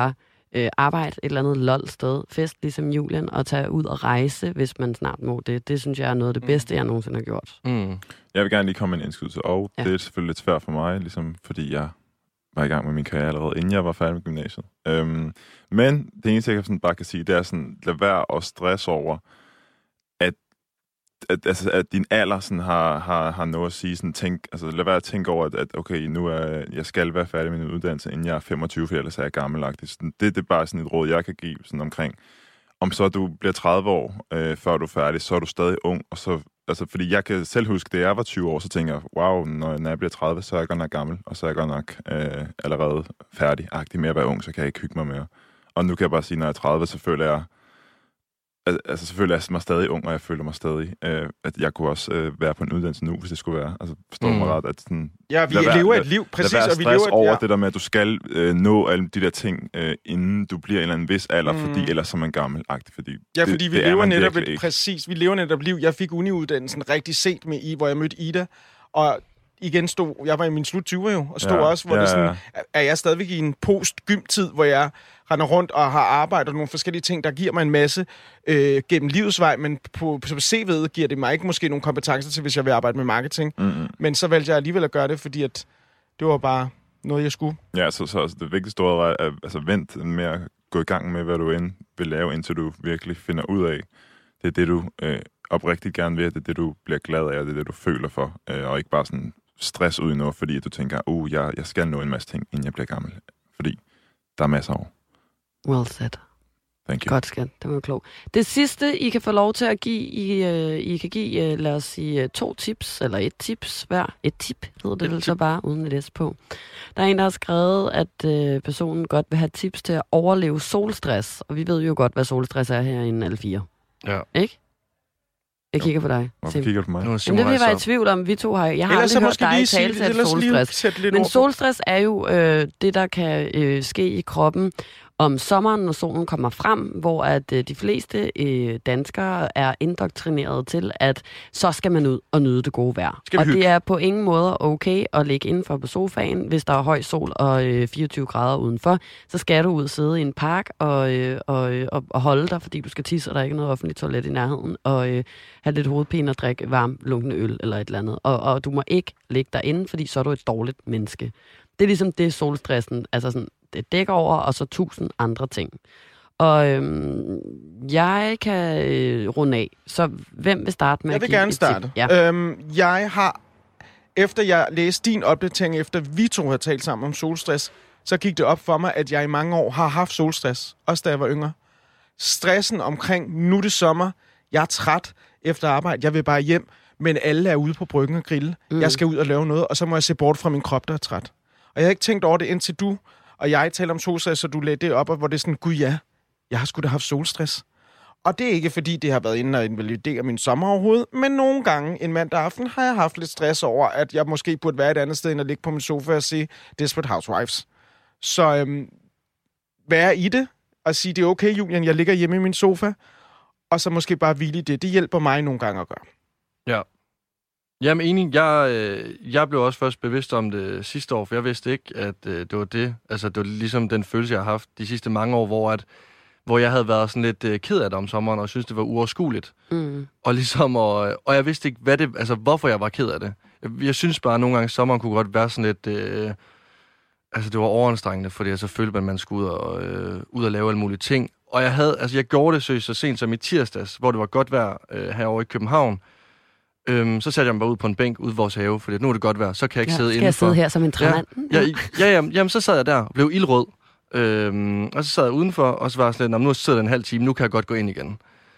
øh, arbejde et eller andet lol sted, fest ligesom julen, og tage ud og rejse, hvis man snart må det. Det synes jeg er noget af det bedste, jeg nogensinde har gjort. Mm. Jeg vil gerne lige komme med en indskydelse, og ja. det er selvfølgelig lidt svært for mig, ligesom, fordi jeg var i gang med min karriere allerede, inden jeg var færdig med gymnasiet. Øhm, men det eneste, jeg sådan bare kan sige, det er sådan, lad være at stresse over, at, at, altså, at din alder sådan har, har, har noget at sige. Sådan, tænk, altså, lad være at tænke over, at, at okay, nu er jeg skal være færdig med min uddannelse, inden jeg er femogtyve, for ellers er jeg gammelagtig. Sådan, det, det er bare sådan et råd, jeg kan give sådan omkring. Om så du bliver tredive år, øh, før du er færdig, så er du stadig ung, og så altså, fordi jeg kan selv huske, da jeg var tyve år, så tænker jeg, wow, når, når jeg bliver tredive, så er jeg godt nok gammel, og så er jeg godt nok øh, allerede færdig-agtig med at være ung, så kan jeg ikke hygge mig mere. Og nu kan jeg bare sige, når jeg er tredive, så føler jeg, altså så føler jeg mig stadig ung, og jeg føler mig stadig, øh, at jeg kunne også øh, være på en uddannelse nu, hvis det skulle være. Altså, forstår du mm. mig ret? At sådan, ja, vi lever et liv, præcis, og vi lever et... over ja. det der med, at du skal øh, nå alle de der ting, øh, inden du bliver en eller anden vis alder, mm. fordi ellers så er man gammelagtig. Fordi ja, fordi det, vi det lever netop et, præcis, vi lever netop liv. Jeg fik uniuddannelsen rigtig sent med i, hvor jeg mødte Ida, og igen stod, jeg var i min slut tyverne jo, og stod ja, også, hvor ja, det sådan, er jeg stadigvæk i en post-gym-tid, hvor jeg render rundt og har arbejdet og nogle forskellige ting, der giver mig en masse øh, gennem livets vej, men på, på C V'et giver det mig ikke måske nogle kompetencer til, hvis jeg vil arbejde med marketing. Mm-hmm. Men så valgte jeg alligevel at gøre det, fordi at det var bare noget, jeg skulle. Ja, så, så altså, det vigtigste ord var, at altså, vent med at gå i gang med, hvad du end vil lave, indtil du virkelig finder ud af, det er det, du øh, oprigtigt gerne vil, det er det, du bliver glad af, og det er det, du føler for, øh, og ikke bare sådan stress ud i noget, fordi du tænker, uh, jeg, jeg skal nå en masse ting, inden jeg bliver gammel. Fordi der er masser af år. Well said. Thank you. Godt, skat. Det var klogt. Det sidste, I kan få lov til at give, I, uh, I kan give, uh, lad os sige, uh, to tips, eller et tips hver. Et tip hedder det vel så bare, uden et S på. Der er en, der har skrevet, at uh, personen godt vil have tips til at overleve solstress. Og vi ved jo godt, hvad solstress er herinde alle fire. Ja. Ikke? Jeg kigger på dig. Hvorfor kigger du på mig? Jamen, det vil jeg være i tvivl om. Vi to har... Jeg har ellers aldrig hørt dig sige, tale til solstress. Men solstress er jo øh, det, der kan øh, ske i kroppen om sommeren, når solen kommer frem, hvor at øh, de fleste øh, danskere er indoktrineret til, at så skal man ud og nyde det gode vejr. Og hygge? Det er på ingen måde okay at ligge indenfor på sofaen, hvis der er høj sol og øh, fireogtyve grader udenfor. Så skal du ud og sidde i en park og, øh, og, øh, og holde dig, fordi du skal tisse, og der er ikke noget offentligt toilet i nærheden, og øh, have lidt hovedpine og drikke varm, lunkende øl eller et eller andet. Og, og du må ikke ligge derinde, fordi så er du et dårligt menneske. Det er ligesom det solstressen, altså sådan, det dækker over, og så tusind andre ting. Og øhm, jeg kan øh, runde af, så hvem vil starte med jeg at give vil gerne starte. Ja. Øhm, jeg har, efter jeg læste din opdatering, efter vi to har talt sammen om solstress, så gik det op for mig, at jeg i mange år har haft solstress, også da jeg var yngre. Stressen omkring, nu er det sommer, jeg er træt efter arbejde, jeg vil bare hjem, men alle er ude på bryggen og grille. Mm. Jeg skal ud og lave noget, og så må jeg se bort fra min krop, der er træt. Og jeg har ikke tænkt over det, indtil du og jeg taler om solstress, så du lagde det op, og hvor det er sådan, gud ja, jeg har sgu da haft solstress. Og det er ikke, fordi det har været inde og invalidere min sommer overhovedet, men nogle gange en mandag aften har jeg haft lidt stress over, at jeg måske burde være et andet sted, end at ligge på min sofa og se Desperate Housewives. Så øhm, være i det, og sige, det er okay, Julian, jeg ligger hjemme i min sofa, og så måske bare hvile i det. Det hjælper mig nogle gange at gøre. Ja. Jamen enig, jeg, øh, jeg blev også først bevidst om det sidste år, for jeg vidste ikke, at øh, det var det. Altså, det var ligesom den følelse, jeg har haft de sidste mange år, hvor, at, hvor jeg havde været sådan lidt øh, ked af det om sommeren, og synes det var uoverskueligt. Mm. Og ligesom, og, og jeg vidste ikke, hvad det, altså, hvorfor jeg var ked af det. Jeg, jeg synes bare, at nogle gange sommeren kunne godt være sådan lidt... Øh, altså, det var overanstrengende, fordi jeg så følte, at man skulle ud og, øh, ud og lave alle mulige ting. Og jeg havde, altså, jeg gjorde det så, så sent som i tirsdags, hvor det var godt vejr øh, herovre i København. Øhm, så satte jeg mig bare ud på en bænk ude i vores have, fordi nu er det godt vejr, så kan jeg ikke ja, sidde indenfor. Skal jeg sidde her som en træmand? Ja, ja, ja, ja, jamen, så sad jeg der og blev ildrød. Øhm, og så sad jeg udenfor, og så var jeg sådan lidt, nu sidder jeg en halv time, nu kan jeg godt gå ind igen.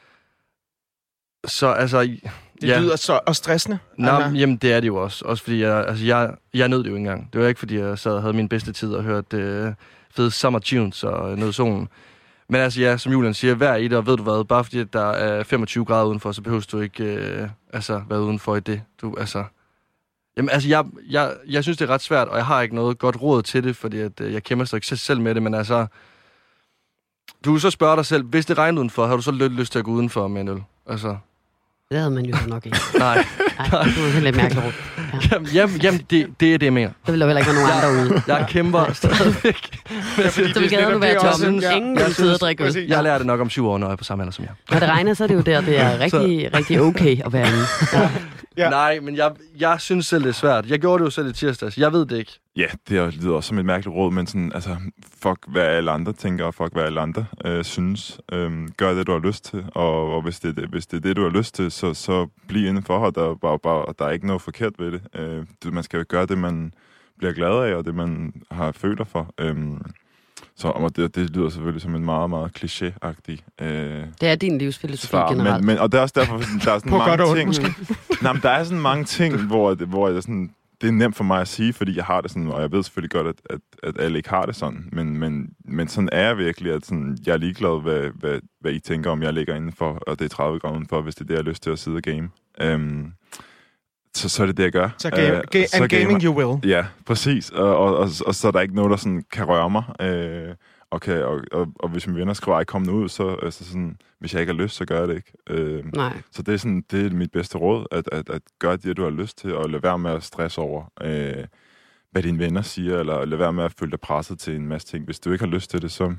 Så altså... Det ja. lyder så og stressende. Nå, jamen det er det jo også. Også fordi jeg, altså, jeg, jeg nød det jo ikke engang. Det var ikke, fordi jeg sad og havde min bedste tid og hørte øh, fede summer tunes og nød solen. Men altså ja, som Julian siger, vær i det, og ved du hvad, bare fordi der er femogtyve grader udenfor, så behøver du ikke øh, altså, være udenfor i det. Du, altså... Jamen altså, jeg, jeg, jeg synes, det er ret svært, og jeg har ikke noget godt råd til det, fordi at, øh, jeg kæmper sig ikke selv med det, men altså... Du kan så spørge dig selv, hvis det regner udenfor, har du så lidt lyst til at gå udenfor med en øl? Altså... Det havde man jo nok ikke. Nej. Nej, det er lidt mærkeligt råd. Ja. Jamen, jamen, jamen det, det er det, jeg mener. Der vil der heller ikke være nogen andre ude. Jeg kæmper stadigvæk. Ja, Så vil gaden nu være tomme. Ingen vil sidde og drikke øl. Jeg lærer det nok om syv år, når jeg er på samme alder som jeg. Når det regner, så er det jo der, det er rigtig, rigtig okay at være inde. Ja. Ja. Nej, men jeg, jeg synes selv, det er svært. Jeg gjorde det jo selv i tirsdags. Jeg ved det ikke. Ja, det lyder også som et mærkeligt råd, men sådan, altså, fuck hvad alle andre tænker, og fuck hvad alle andre øh, synes. Øhm, gør det, du har lyst til, og, og hvis, det, hvis det er det, du har lyst til, så, så bliv indenfor, og der, bare, bare, der er ikke noget forkert ved det. Øh, det. Man skal jo gøre det, man bliver glad af, og det, man har føler for. Øhm, så og det, det lyder selvfølgelig som en meget, meget kliché-agtig øh, Det er din livsfilosofi svar, generelt. Men, men, og det er også derfor, der er sådan På mange godt og ondt, ting... måske. Nej, men der er sådan mange ting, hvor, hvor jeg sådan... Det er nemt for mig at sige, fordi jeg har det sådan, og jeg ved selvfølgelig godt, at, at, at alle ikke har det sådan, men, men, men sådan er jeg virkelig, at sådan, jeg er ligeglad, hvad, hvad, hvad I tænker om, jeg ligger indenfor, og det er tredive grader udenfor, hvis det er det, jeg har lyst til at sidde og game. Um, så, så er det det, jeg gør. Så game, Uh, ga- så and gaming you will. Ja, præcis. Og, og, og, og så er der ikke noget, der sådan kan røre mig. Uh, og, kan, og, og, og hvis mine venner skriver, ej, kom nu ud, så altså sådan, hvis jeg ikke har lyst, så gør jeg det ikke. Uh, Nej. så det er, sådan, det er mit bedste råd, at, at, at gøre det, du har lyst til, og lade være med at stresse over, øh, hvad dine venner siger, eller lade være med at føle dig presset til en masse ting. Hvis du ikke har lyst til det, så,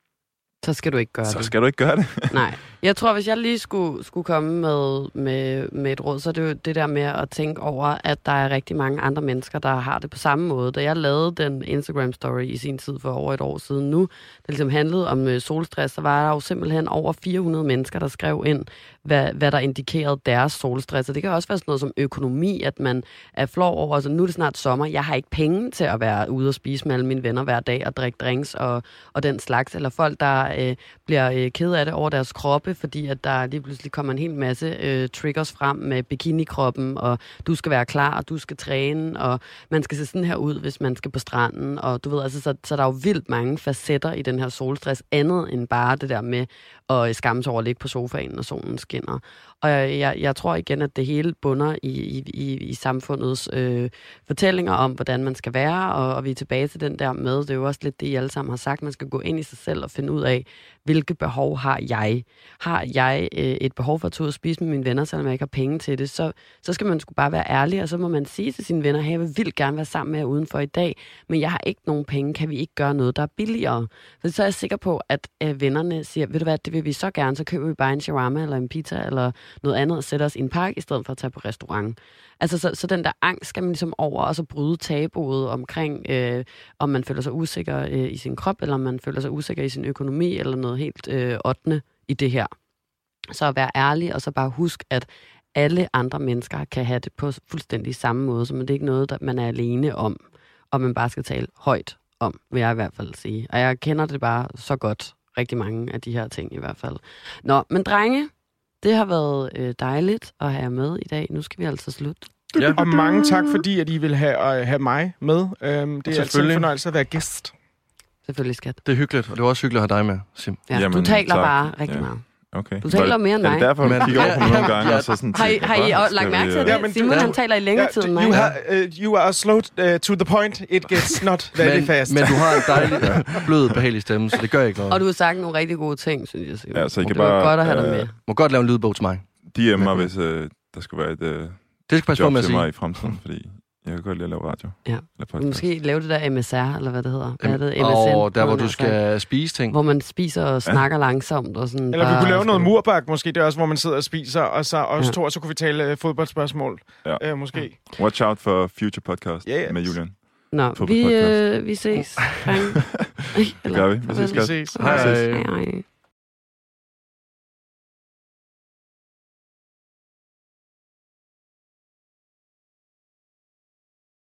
Så skal du ikke gøre så det. skal du ikke gøre det. Nej. Jeg tror, hvis jeg lige skulle, skulle komme med, med, med et råd, så er det jo det der med at tænke over, at der er rigtig mange andre mennesker, der har det på samme måde. Da jeg lavede den Instagram-story i sin tid for over et år siden nu, der ligesom handlede om øh, solstress, så var der jo simpelthen over fire hundrede mennesker, der skrev ind, hvad, hvad der indikerede deres solstress. Og det kan også være sådan noget som økonomi, at man er flov over, altså nu er det snart sommer, jeg har ikke penge til at være ude og spise med alle mine venner hver dag og drikke drinks og, og den slags, eller folk, der øh, bliver øh, ked af det over deres kroppe, fordi at der lige pludselig kommer en hel masse øh, triggers frem med bikinikroppen, og du skal være klar, og du skal træne, og man skal se sådan her ud, hvis man skal på stranden, og du ved, altså, så, så der er jo vildt mange facetter i den her solstress, andet end bare det der med at skamme sig over at ligge på sofaen, når solen skinner. Og jeg, jeg, jeg tror igen, at det hele bunder i, i, i, i samfundets øh, fortællinger om, hvordan man skal være, og, og vi er tilbage til den der med, det er jo også lidt det, I alle sammen har sagt, man skal gå ind i sig selv og finde ud af, hvilke behov har jeg? Har jeg øh, et behov for at tage ud og spise med mine venner, selvom jeg ikke har penge til det, så, så skal man sgu bare være ærlig, og så må man sige til sine venner, hey, jeg vil gerne være sammen med jer udenfor i dag, men jeg har ikke nogen penge, kan vi ikke gøre noget, der er billigere? For så er jeg sikker på, at øh, vennerne siger, ved du hvad, det vil vi så gerne, så køber vi bare en shawarma eller en pizza eller noget andet og sætter os i en park, i stedet for at tage på restaurant. Altså, så, så den der angst skal man ligesom over, og så bryde tabuet omkring, øh, om man føler sig usikker øh, i sin krop, eller om man føler sig usikker i sin økonomi, eller noget helt øh, ottende i det her. Så at være ærlig, og så bare husk, at alle andre mennesker kan have det på fuldstændig samme måde, så det er ikke noget, der man er alene om, og man bare skal tale højt om, vil jeg i hvert fald sige. Og jeg kender det bare så godt, rigtig mange af de her ting i hvert fald. Nå, men drenge, det har været øh, dejligt at have jer med i dag. Nu skal vi altså slutte. Ja. Og mange tak, fordi at I vil have, uh, have mig med. Um, det er altid en fornøjelse at være gæst. Selvfølgelig, skat. Det er hyggeligt, og det var også hyggeligt at have dig med, Sim. Ja, Jamen, du taler tak. bare rigtig Ja. meget. Okay. Du taler mere end Er mig. det derfor, du Men- kigger over på mig nogle gange, Ja. og så sådan... Har I, har I også lagt Skal mærke vi, til øh, det? Ja, men Simon, du- han taler i længere tid end mig. you, have, uh, you are slow uh, to the point. It gets not very Men, fast. men du har en dejlig, blød, behagelig stemme, så det gør ikke noget. Og du har sagt nogle rigtig gode ting, synes jeg. Simon. Ja, så I kan det var bare, godt at have dig øh, med. Må godt lave en lydbog til mig. D M mig, hvis øh, der skulle være et øh, Det skal passe på job med at til sige. mig i fremtiden, fordi jeg kan godt lide at lave radio. Ja. Eller podcast. Måske lave det der M S R, eller hvad det hedder. Hvad er det? M S N? Og der, hvor du Altså, skal spise ting. Hvor man spiser og snakker ja. langsomt. Og sådan Eller vi bare- kunne lave noget murbak, måske. Det er også, hvor man sidder og spiser, og så os Ja. to, og så kunne vi tale uh, fodboldspørgsmål. Ja. Uh, måske. Watch out for Future Podcast Yes. med Julian. Nå, vi, Fodboldpodcast. øh, vi ses. drenge. Det gør vi. Vi ses Farvel. godt. Vi ses. Hej. Hej, hej.